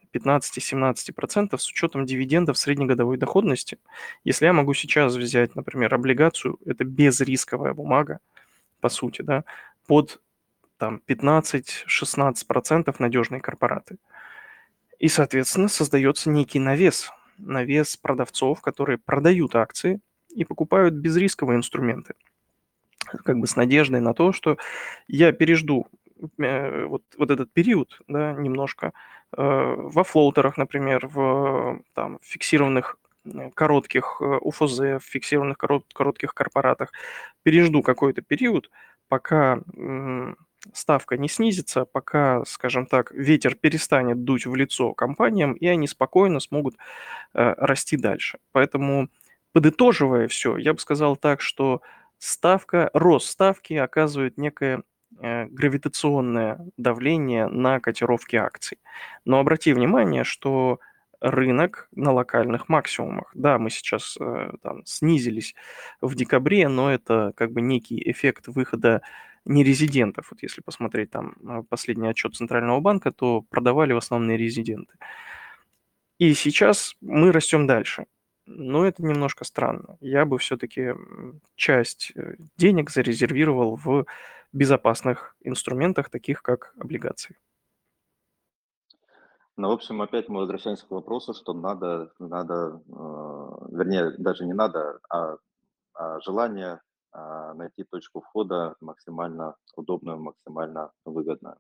пятнадцать-семнадцать процентов с учетом дивидендов среднегодовой доходности. Если я могу сейчас взять, например, облигацию, это безрисковая бумага, по сути, да, под там пятнадцать-шестнадцать процентов надежные корпораты. И, соответственно, создается некий навес, навес продавцов, которые продают акции и покупают безрисковые инструменты, как бы с надеждой на то, что я пережду э, вот, вот этот период, да, немножко э, во флоутерах, например, в там, фиксированных э, коротких э, У Ф З, в фиксированных корот, коротких корпоратах, пережду какой-то период, пока м, ставка не снизится, пока, скажем так, ветер перестанет дуть в лицо компаниям, и они спокойно смогут э, расти дальше. Поэтому, подытоживая все, я бы сказал так, что ставка, рост ставки оказывает некое э, гравитационное давление на котировки акций. Но обрати внимание, что рынок на локальных максимумах. Да, мы сейчас э, там снизились в декабре, но это как бы некий эффект выхода нерезидентов. Вот если посмотреть там э, последний отчет Центрального банка, то продавали в основном нерезиденты. И сейчас мы растем дальше. Но это немножко странно. Я бы все-таки часть э, денег зарезервировал в безопасных инструментах, таких как облигации.
Ну, в общем, опять мы возвращаемся к вопросу, что надо, надо, э, вернее, даже не надо, а, а желание а, найти точку входа максимально удобную, максимально выгодную.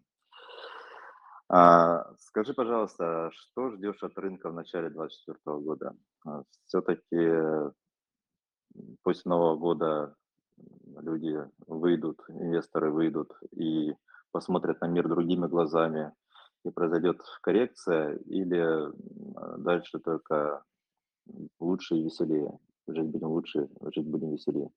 А, скажи, пожалуйста, что ждешь от рынка в начале двадцать четвёртого года? Все-таки после Нового года м, люди выйдут, инвесторы выйдут и посмотрят на мир другими глазами, и произойдет коррекция, или м, дальше только лучше и веселее. Жить будем лучше, жить будем веселее.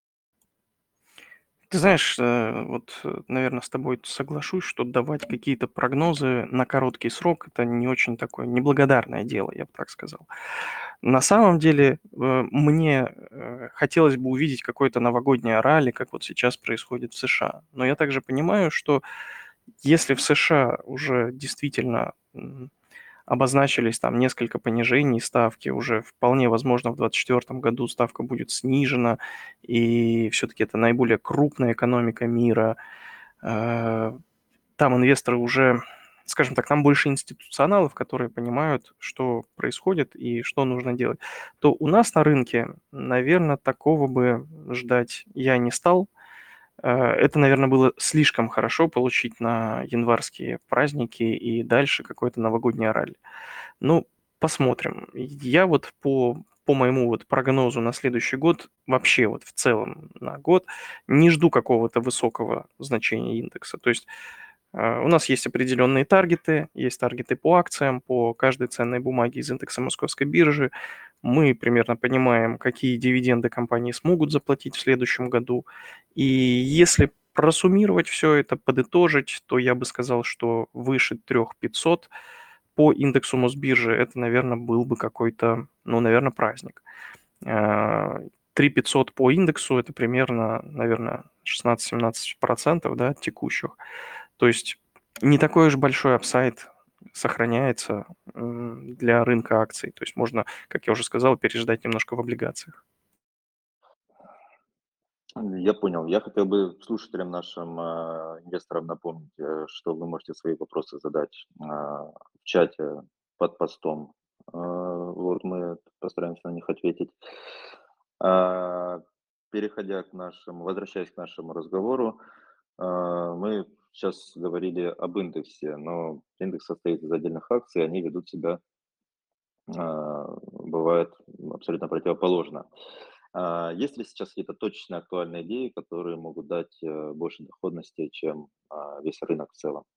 Ты знаешь, э, вот, наверное, с тобой соглашусь, что давать какие-то прогнозы на короткий срок – это не очень такое неблагодарное дело, я бы так сказал. На самом деле, э, мне э, хотелось бы увидеть какое-то новогоднее ралли, как вот сейчас происходит в С Ш А. Но я также понимаю, что если в С Ш А уже действительно м, обозначились там несколько понижений ставки, уже вполне возможно в двадцать четвёртом году ставка будет снижена, и все-таки это наиболее крупная экономика мира. Э, Там инвесторы уже, скажем так, там больше институционалов, которые понимают, что происходит и что нужно делать. То у нас на рынке, наверное, такого бы ждать я не стал. Э, Это, наверное, было слишком хорошо получить на январские праздники и дальше какое-то новогоднее ралли. Ну, посмотрим. Я вот по по моему вот прогнозу на следующий год, вообще вот в целом на год, не жду какого-то высокого значения индекса. То есть э, у нас есть определенные таргеты, есть таргеты по акциям, по каждой ценной бумаге из индекса Московской биржи. Мы примерно понимаем, какие дивиденды компании смогут заплатить в следующем году. И если просуммировать все это, подытожить, то я бы сказал, что выше трёх тысяч пятисот по индексу Мосбиржи это, наверное, был бы какой-то, ну, наверное, праздник. А, три тысячи пятьсот по индексу – это примерно, наверное, шестнадцать-семнадцать процентов, да, текущих. То есть не такой уж большой апсайд сохраняется м, для рынка акций. То есть можно, как я уже сказал, переждать немножко в облигациях.
Я понял. Я хотел бы слушателям нашим, а, инвесторам напомнить, э, что вы можете свои вопросы задать а, в чате под постом. А, Вот мы постараемся на них ответить. А, Переходя к нашему, возвращаясь к нашему разговору, а, мы сейчас говорили об индексе, но индекс состоит из отдельных акций, они ведут себя, а, бывает абсолютно противоположно. А, есть ли сейчас какие-то точечные актуальные идеи, которые могут дать э, больше доходности, чем а, весь рынок в целом?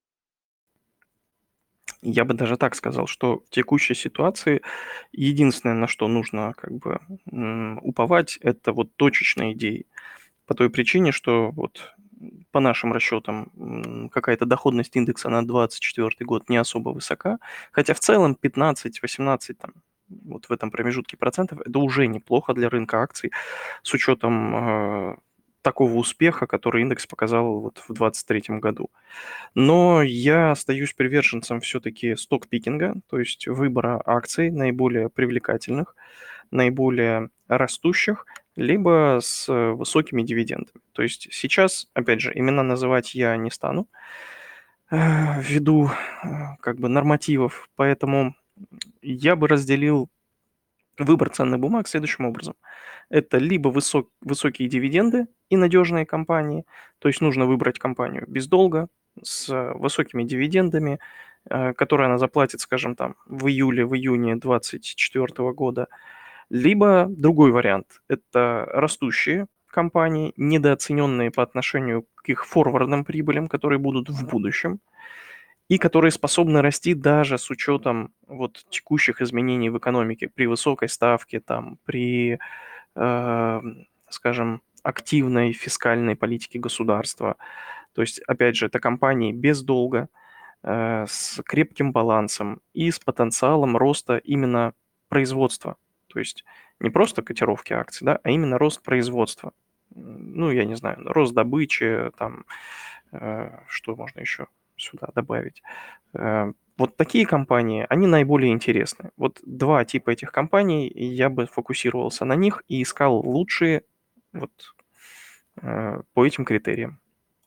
Я бы даже так сказал, что в текущей ситуации единственное, на что нужно как бы м, уповать, это вот точечные идеи. По той причине, что вот по нашим расчетам м, какая-то доходность индекса на двадцать четвёртый год не особо высока, хотя в целом пятнадцать-восемнадцать там, вот в этом промежутке процентов это уже неплохо для рынка акций с учетом э, такого успеха, который индекс показал вот в двадцать третьем году. Но я остаюсь приверженцем все-таки сток-пикинга, то есть выбора акций наиболее привлекательных, наиболее растущих, либо с высокими дивидендами. То есть сейчас, опять же, имена называть я не стану, э, ввиду э, как бы нормативов, поэтому я бы разделил выбор ценных бумаг следующим образом. Это либо высок, высокие дивиденды и надежные компании, то есть нужно выбрать компанию без долга, с высокими дивидендами, э, которые она заплатит, скажем, там в июле, в июне две тысячи двадцать четвёртого года. Либо другой вариант– это растущие компании, недооцененные по отношению к их форвардным прибылям, которые будут в будущем, и которые способны расти даже с учетом вот текущих изменений в экономике при высокой ставке, там, при, э, скажем, активной фискальной политике государства. То есть, опять же, это компании без долга, э, с крепким балансом и с потенциалом роста именно производства. То есть не просто котировки акций, да, а именно рост производства. Ну, я не знаю, рост добычи, там, э, что можно еще сюда добавить. Э, Вот такие компании, они наиболее интересны. Вот два типа этих компаний, и я бы фокусировался на них и искал лучшие вот э, по этим критериям.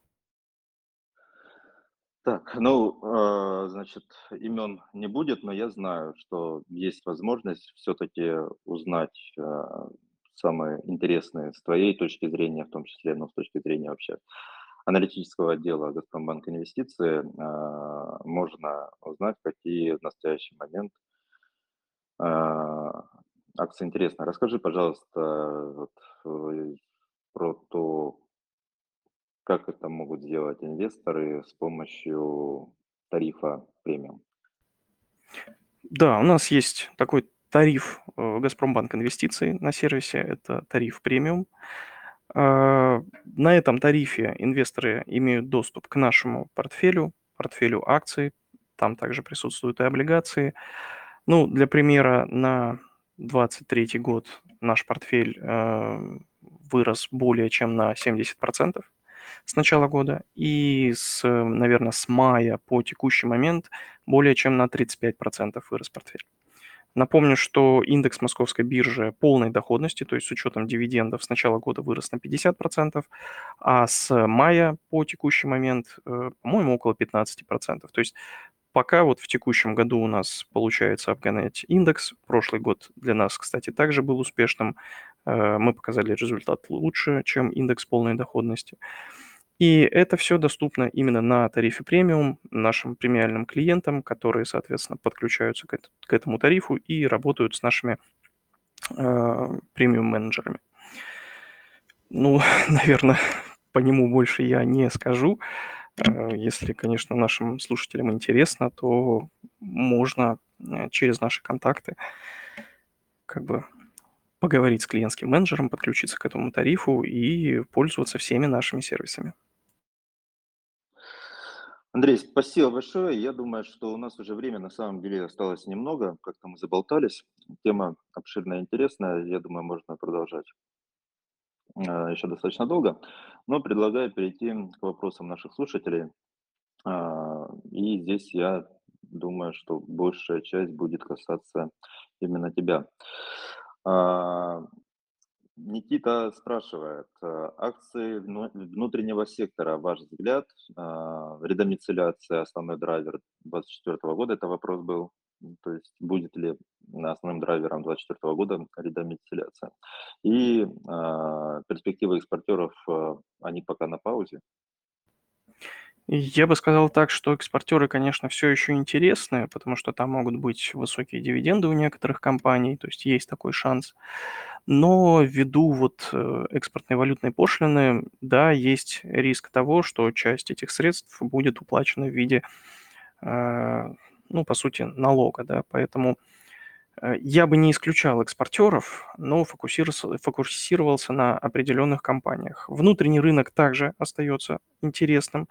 Так, ну, э, значит, имен не будет, но я знаю, что есть возможность все-таки узнать э, самые интересные с твоей точки зрения, в том числе, но с точки зрения вообще аналитического отдела Газпромбанк Инвестиции, э, можно узнать, какие в настоящий момент э, акции интересны. Расскажи, пожалуйста, вот, э, про то, как это могут сделать инвесторы с помощью тарифа премиум.
Да, у нас есть такой тариф э, Газпромбанк Инвестиций на сервисе, это тариф премиум. А, На этом тарифе инвесторы имеют доступ к нашему портфелю, портфелю акций, там также присутствуют и облигации. Ну, для примера, на двадцать третий год наш портфель э, вырос более чем на семьдесят процентов с начала года, и, с, наверное, с мая по текущий момент более чем на тридцать пять процентов вырос портфель. Напомню, что индекс московской биржи полной доходности, то есть с учетом дивидендов, с начала года вырос на пятьдесят процентов, а с мая по текущий момент, э, по-моему, около пятнадцать процентов. То есть пока вот в текущем году у нас получается обгонять индекс. Прошлый год для нас, кстати, также был успешным. Э, Мы показали результат лучше, чем индекс полной доходности. И это все доступно именно на тарифе премиум нашим премиальным клиентам, которые, соответственно, подключаются к, эт- к этому тарифу и работают с нашими э, премиум-менеджерами. Ну, наверное, по нему больше я не скажу. Э, Если, конечно, нашим слушателям интересно, то можно э, через наши контакты как бы поговорить с клиентским менеджером, подключиться к этому тарифу и пользоваться всеми нашими сервисами.
Андрей, спасибо большое. Я думаю, что у нас уже время на самом деле осталось немного, как-то мы заболтались. Тема обширная и интересная. Я думаю, можно продолжать а, еще достаточно долго. Но предлагаю перейти к вопросам наших слушателей. А, И здесь я думаю, что большая часть будет касаться именно тебя. А, Никита спрашивает, э, акции вну- внутреннего сектора, ваш взгляд, а, редомицеляция, основной драйвер двадцать четвёртого года, это вопрос был, М, то есть будет ли основным драйвером двадцать четвёртого года редомицеляция. И а, перспективы экспортеров, э, они пока на паузе.
Я бы сказал так, что экспортеры, конечно, все еще интересны, потому что там могут быть высокие дивиденды у некоторых компаний, то есть есть такой шанс. Но ввиду вот э, экспортной валютной пошлины, да, есть риск того, что часть этих средств будет уплачена в виде, э, ну, по сути, налога, да, поэтому э, я бы не исключал экспортеров, но фокусировался, фокусировался на определенных компаниях. Внутренний рынок также остается интересным.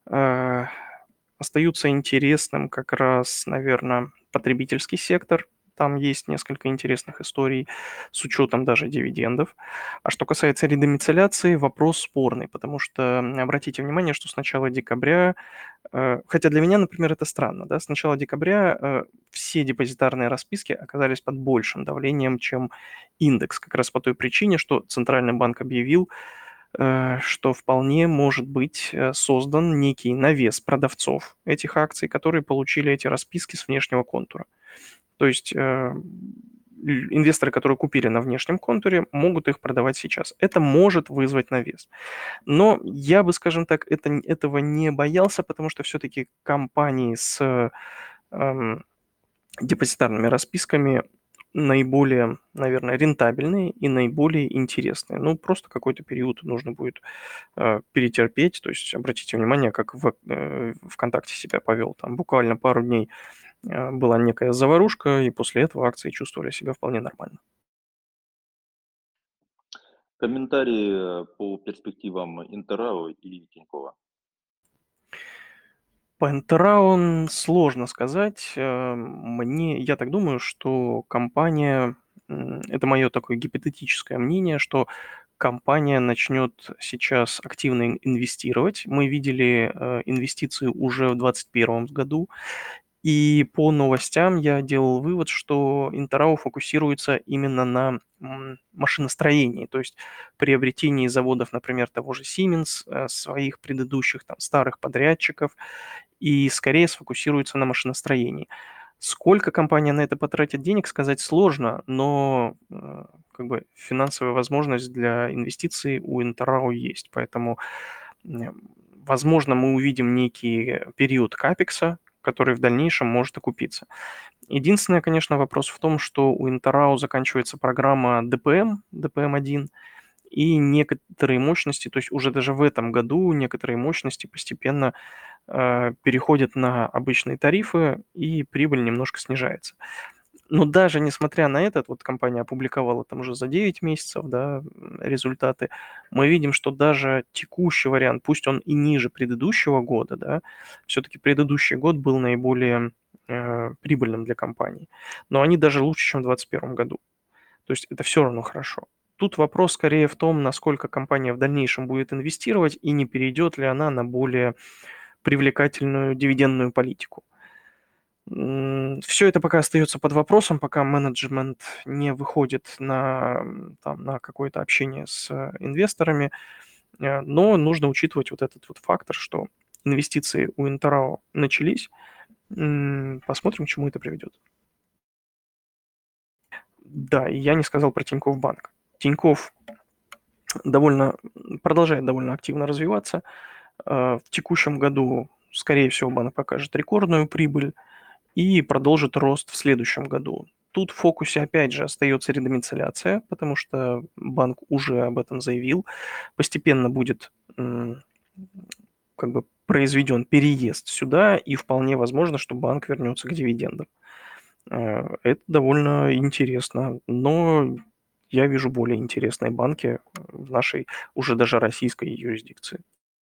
Э, Остаются интересным как раз, наверное, потребительский сектор, Там есть несколько интересных историй с учетом даже дивидендов. А что касается редомицеляции, вопрос спорный, потому что м, обратите внимание, что с начала декабря, э, хотя для меня, например, это странно, да, с начала декабря э, все депозитарные расписки оказались под большим давлением, чем индекс, как раз по той причине, что Центральный банк объявил, э, что вполне может быть э, создан некий навес продавцов этих акций, которые получили эти расписки с внешнего контура. То есть э, инвесторы, которые купили на внешнем контуре, могут их продавать сейчас. Это может вызвать навес. Но я бы, скажем так, это, этого не боялся, потому что все-таки компании с эм, депозитарными расписками наиболее, наверное, рентабельные и наиболее интересные. Ну, просто какой-то период нужно будет э, перетерпеть. То есть обратите внимание, как в, э, ВКонтакте себя повел. Там буквально пару дней э, была некая заварушка, и после этого акции чувствовали себя вполне нормально.
Комментарии э, по перспективам Интеррао и Тинькова.
По Энтерраун сложно сказать. Э, Мне, я так думаю, что компания, м, это мое такое гипотетическое мнение, что компания начнет сейчас активно ин- инвестировать. Мы видели э, инвестиции уже в двадцать первом году, и по новостям я делал вывод, что Интеррау фокусируется именно на м, машиностроении, то есть приобретении заводов, например, того же Siemens, э, своих предыдущих там старых подрядчиков, и скорее сфокусируется на машиностроении. Сколько компания на это потратит денег, сказать сложно, но э, как бы финансовая возможность для инвестиций у Интеррау есть. Поэтому, м, возможно, мы увидим некий период капекса, который в дальнейшем может окупиться. Единственное, конечно, вопрос в том, что у Интеррау заканчивается программа д п м, д п м один, и некоторые мощности, то есть уже даже в этом году некоторые мощности постепенно э, переходят на обычные тарифы, и прибыль немножко снижается. Но даже несмотря на это, вот компания опубликовала там уже за девять месяцев, да, м, результаты, мы видим, что даже текущий вариант, пусть он и ниже предыдущего года, да, все-таки предыдущий год был наиболее э, прибыльным для компании, но они даже лучше, чем в двадцать первом году. То есть это все равно хорошо. Тут вопрос скорее в том, насколько компания в дальнейшем будет инвестировать и не перейдет ли она на более привлекательную дивидендную политику. Все это пока остается под вопросом, пока менеджмент не выходит на, м, там, на какое-то общение с э, инвесторами, э, но нужно учитывать вот этот вот фактор, что инвестиции у Интеррао начались. М, Посмотрим, к чему это приведет. Да, и я не сказал про Тинькофф Банк. Тинькофф довольно продолжает довольно активно развиваться. Э, В текущем году, скорее всего, банк покажет рекордную прибыль и продолжит рост в следующем году. Тут в фокусе опять же остается редомицеляция, потому что банк уже об этом заявил. Постепенно будет м, как бы произведен переезд сюда, и вполне возможно, что банк вернется к дивидендам. Э, Это довольно интересно, но я вижу более интересные банки в нашей уже даже российской юрисдикции.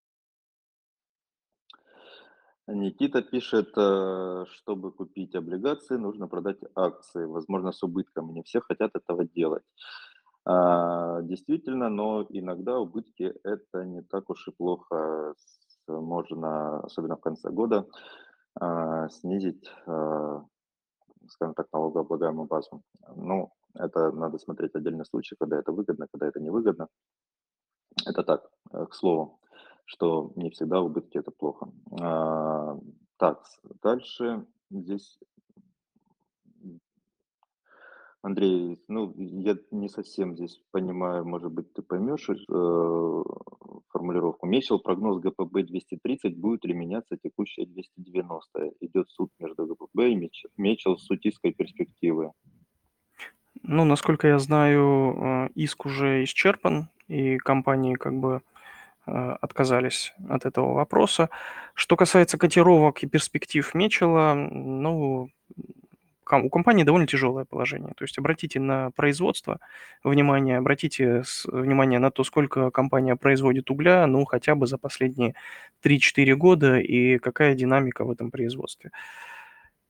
Никита пишет, э, чтобы купить облигации, нужно продать акции, возможно, с убытком. Не все хотят этого делать. А, действительно, но иногда убытки это не так уж и плохо. С- Можно, особенно в конце года, а, снизить, а, скажем так, налогооблагаемую базу. Ну, это надо смотреть отдельный случай, когда это выгодно, когда это невыгодно. Это так, э, к слову, что не всегда убытки это плохо. А, так, с- дальше здесь, м, Андрей, ну, я не совсем здесь понимаю, может быть, ты поймешь э, формулировку. Мечел прогноз г п б двести тридцать, будет ли меняться текущая двести девяносто? Идет суд между г п б и Меч- Мечел с сутистской перспективы.
Ну, насколько я знаю, э, иск уже исчерпан, и компании как бы э, отказались от этого вопроса. Что касается котировок и перспектив Мечела, ну, ком- у компании довольно тяжелое положение. То есть обратите на производство внимание, обратите с- внимание на то, сколько компания производит угля, ну, хотя бы за последние три-четыре года, и какая динамика в этом производстве.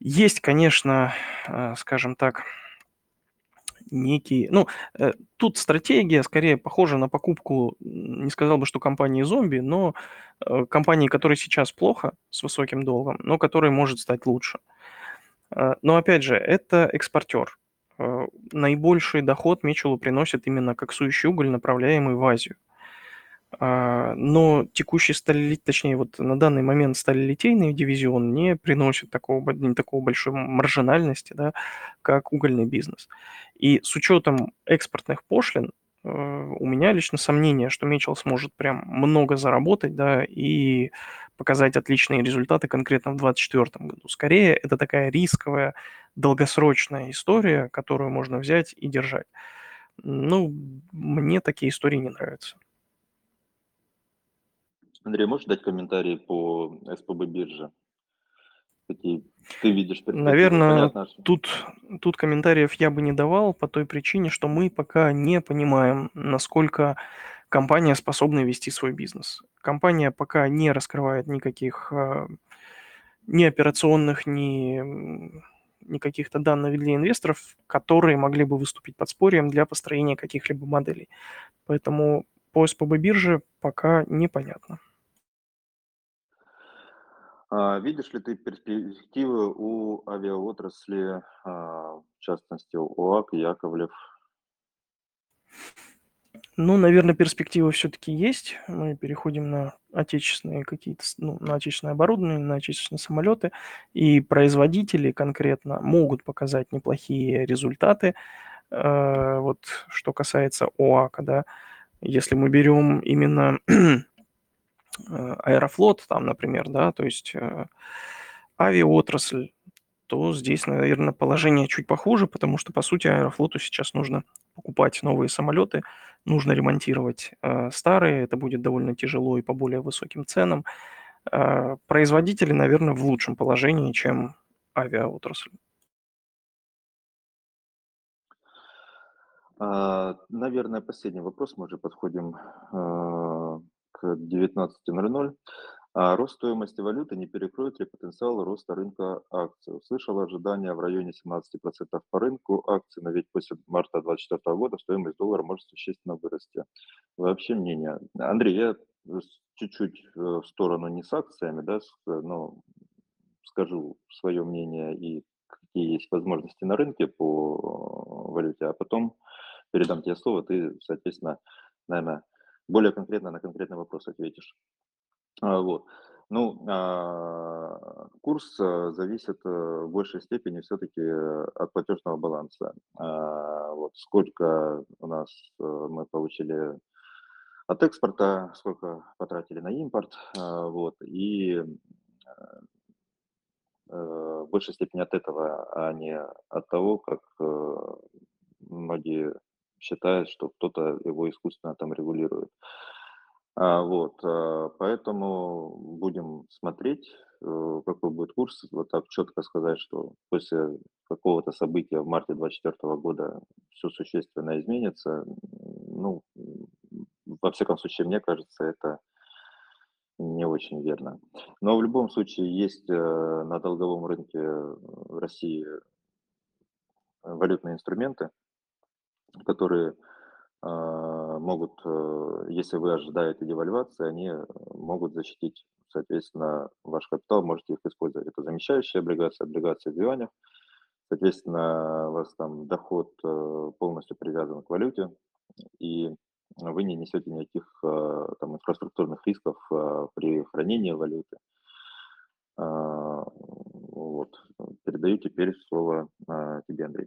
Есть, конечно, э, скажем так, некий... Ну, э, тут стратегия скорее похожа на покупку, м, не сказал бы, что компании зомби, но э, компании, которой сейчас плохо, с высоким долгом, но которой может стать лучше. Э, Но опять же, это экспортер. Э, Наибольший доход Мечелу приносит именно коксующий уголь, направляемый в Азию. А, Но текущий сталелит, точнее, вот на данный момент сталелитейный дивизион не приносит такого, бо- не такого большой маржинальности, да, как угольный бизнес. И с учетом экспортных пошлин, э, у меня лично сомнение, что Мечел сможет прям много заработать, да, и показать отличные результаты конкретно в двадцать четвёртом году. Скорее, это такая рисковая, долгосрочная история, которую можно взять и держать. Ну, мне такие истории не нравятся.
Андрей, можешь дать комментарии по эс пэ бэ бирже? Какие ты видишь перспективы?
Наверное,
Понятно, что...
тут, тут комментариев я бы не давал по той причине, что мы пока не понимаем, насколько компания способна вести свой бизнес. Компания пока не раскрывает никаких а, ни операционных, ни, м, ни каких-то данных для инвесторов, которые могли бы выступить подспорьем для построения каких-либо моделей. Поэтому по эс пэ бэ бирже пока непонятно.
А, видишь ли ты перспективы у авиаотрасли, а, в частности, у ОАК, Яковлев?
Ну, наверное, перспективы все-таки есть. Мы переходим на отечественные какие-то, с- ну, на отечественное оборудование, на отечественные самолеты, и производители конкретно могут показать неплохие результаты. Э, Вот что касается ОАКа, да, если мы берем именно э, Аэрофлот, там, например, да, то есть э, авиаотрасль, то здесь, наверное, положение чуть похуже, потому что, по сути, Аэрофлоту сейчас нужно покупать новые самолеты, нужно ремонтировать э, старые, это будет довольно тяжело и по более высоким ценам. Э, производители, наверное, в лучшем положении, чем авиаотрасль.
А, наверное, последний вопрос, мы уже подходим, а, к девятнадцати ноль ноль. А рост стоимости валюты не перекроет ли потенциал роста рынка акций? Услышал ожидания в районе семнадцати процентов по рынку акций, но ведь после марта двадцать четвёртого года стоимость доллара может существенно вырасти. Вообще мнение. Андрей, я с- чуть-чуть э, в сторону не с акциями, да, с- э, но скажу свое мнение и какие есть возможности на рынке по э, валюте, а потом передам тебе слово, ты, соответственно, наверное, более конкретно на конкретный вопрос ответишь. А, вот. Ну, а, курс, э, зависит, э, в большей степени все-таки от платежного баланса. А, вот сколько у нас, э, мы получили от экспорта, сколько потратили на импорт, а, вот, и, э, в большей степени от этого, а не от того, как, э, многие считают, что кто-то его искусственно там регулирует. А, вот, а, поэтому будем смотреть, э, какой будет курс. Вот так четко сказать, что после какого-то события в марте двадцать четвёртого года все существенно изменится. М, ну, м, во всяком случае, мне кажется, это не очень верно. Но в любом случае есть, э, на долговом рынке, э, в России, э, валютные инструменты, которые а, могут, э, если вы ожидаете девальвации, они э, могут защитить, соответственно, ваш капитал, можете их использовать. Это замещающие облигации, облигации в юанях. Соответственно, у вас там доход э, полностью привязан к валюте, и вы не несете никаких э, там инфраструктурных рисков э, при хранении валюты. А, Вот. Передаю теперь слово а, тебе, Андрей.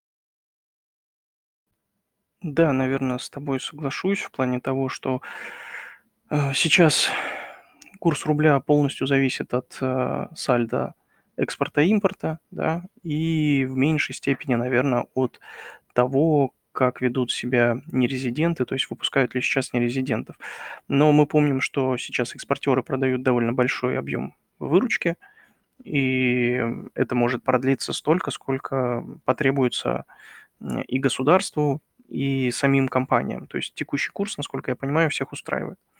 Да, наверное, с тобой соглашусь в плане того, что э, сейчас курс рубля полностью зависит от э, сальдо экспорта и импорта, да, и в меньшей степени, наверное, от того, как ведут себя нерезиденты, то есть выпускают ли сейчас нерезидентов. Но мы помним, что сейчас экспортеры продают довольно большой объем выручки, и это может продлиться столько, сколько потребуется м, и государству, и самим компаниям. То есть текущий курс, насколько я понимаю, всех устраивает.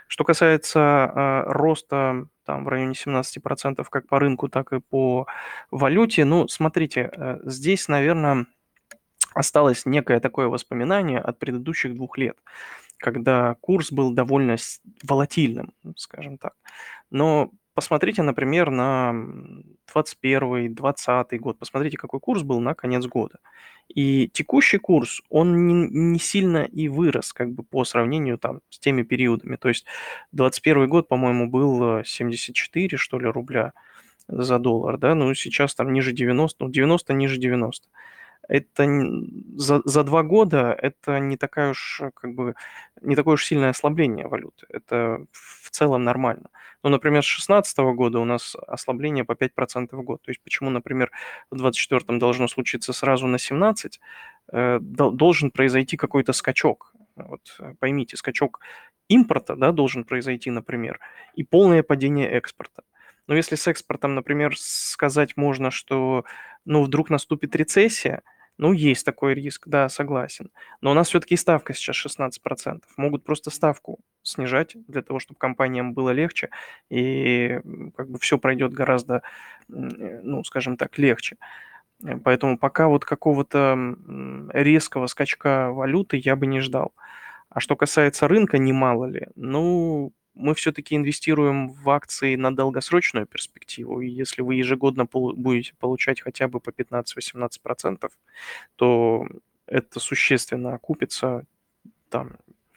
Что касается а, роста там в районе семнадцати процентов как по рынку, так и по валюте, ну, смотрите, э, здесь, наверное, осталось некое такое воспоминание от предыдущих двух лет, когда курс был довольно с- волатильным, скажем так. Но посмотрите, например, на м, двадцать первый, двадцатый год, посмотрите, какой курс был на конец года. И текущий курс, он не, не сильно и вырос, как бы по сравнению там с теми периодами. То есть двадцать первый год, по-моему, был э, семьдесят четыре, что ли, рубля за доллар, да, ну сейчас там ниже девяноста, ну девяносто ниже девяноста. Это н за за два года это не такая уж, э, как бы, не такое уж сильное ослабление валюты. Это в целом нормально. Ну, например, с шестнадцатого года у нас ослабление по пять процентов в год. То есть почему, например, в двадцать четвёртом должно случиться сразу на семнадцать, э, дол должен произойти какой-то скачок. Вот, э, поймите, скачок импорта, да, должен произойти, например, и полное падение экспорта. Но если с экспортом, например, сказать можно, что, ну, вдруг наступит рецессия, ну, есть такой риск, да, согласен. Но у нас все-таки ставка сейчас шестнадцать процентов. Могут просто ставку снижать для того, чтобы компаниям было легче, и м, как бы все пройдет гораздо, м, э, ну, скажем так, легче. Э, Поэтому пока вот какого-то м, резкого скачка валюты я бы не ждал. А что касается рынка, немало ли, ну, мы все-таки инвестируем в акции на долгосрочную перспективу, и если вы ежегодно полу- будете получать хотя бы по пятнадцать-восемнадцать процентов, то это существенно окупится, там,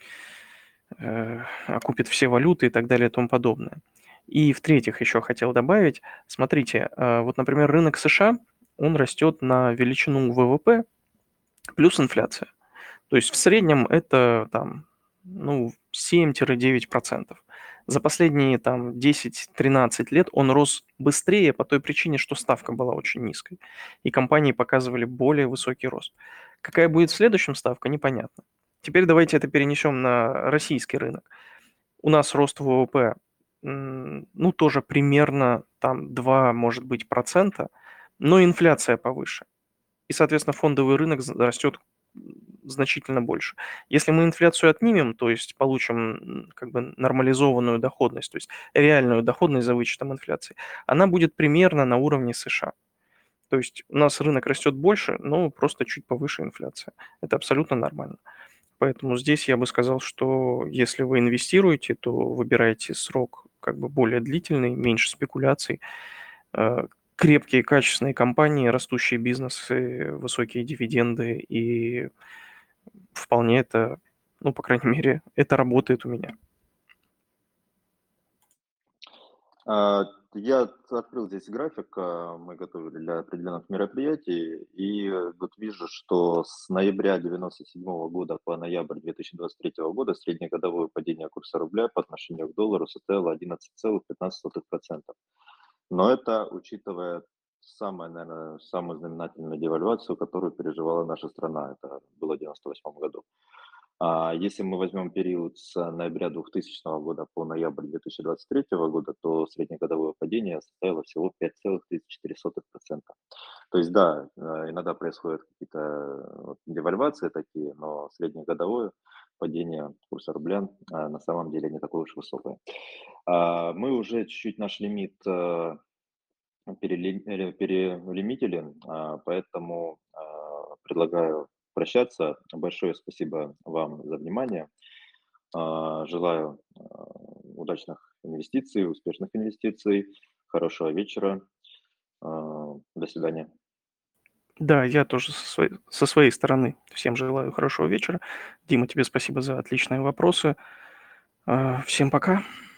э, окупит все валюты и так далее и тому подобное. И в-третьих, еще хотел добавить, смотрите, э, вот, например, рынок США, он растет на величину вэ вэ пэ плюс инфляция. То есть в среднем это там, ну, семь-девять процентов. За последние там десять-тринадцать лет он рос быстрее по той причине, что ставка была очень низкой, и компании показывали более высокий рост. Какая будет следующая ставка, непонятно. Теперь давайте это перенесем на российский рынок. У нас рост вэ вэ пэ, м, ну, тоже примерно там два, может быть, процента, но инфляция повыше. И, соответственно, фондовый рынок з- растет значительно больше. Если мы инфляцию отнимем, то есть получим м, как бы нормализованную доходность, то есть реальную доходность за вычетом инфляции, она будет примерно на уровне США. То есть у нас рынок растет больше, но просто чуть повыше инфляция. Это абсолютно нормально. Поэтому здесь я бы сказал, что если вы инвестируете, то выбирайте срок как бы более длительный, меньше спекуляций, э, крепкие, качественные компании, растущие бизнесы, высокие дивиденды, и вполне это, ну, по крайней мере, это работает у меня.
А, Я открыл здесь график, а, мы готовили для определенных мероприятий, и э, вот вижу, что с ноября девяносто седьмого года по ноябрь две тысячи двадцать третьего года среднегодовое падение курса рубля по отношению к доллару составило одиннадцать целых пятнадцать сотых процента. Но это учитывая самое, наверное, самую знаменательную девальвацию, которую переживала наша страна. Это было в девяносто восьмом году. А если мы возьмем период с ноября двухтысячного года по ноябрь две тысячи двадцать третьего года, то среднегодовое падение составило всего пять целых тридцать четыре сотых процента. То есть да, э, иногда происходят какие-то э, вот девальвации такие, но среднегодовое падение курса рубля а, на самом деле не такое уж высокое. А, Мы уже чуть-чуть наш лимит э, перели- э, перелимитили, а, поэтому а, предлагаю прощаться. Большое спасибо вам за внимание. А, Желаю а, удачных инвестиций, успешных инвестиций, хорошего вечера. А, До свидания.
Да, я тоже со своей, со своей стороны всем желаю хорошего вечера. Дима, тебе спасибо за отличные вопросы. А, Всем пока.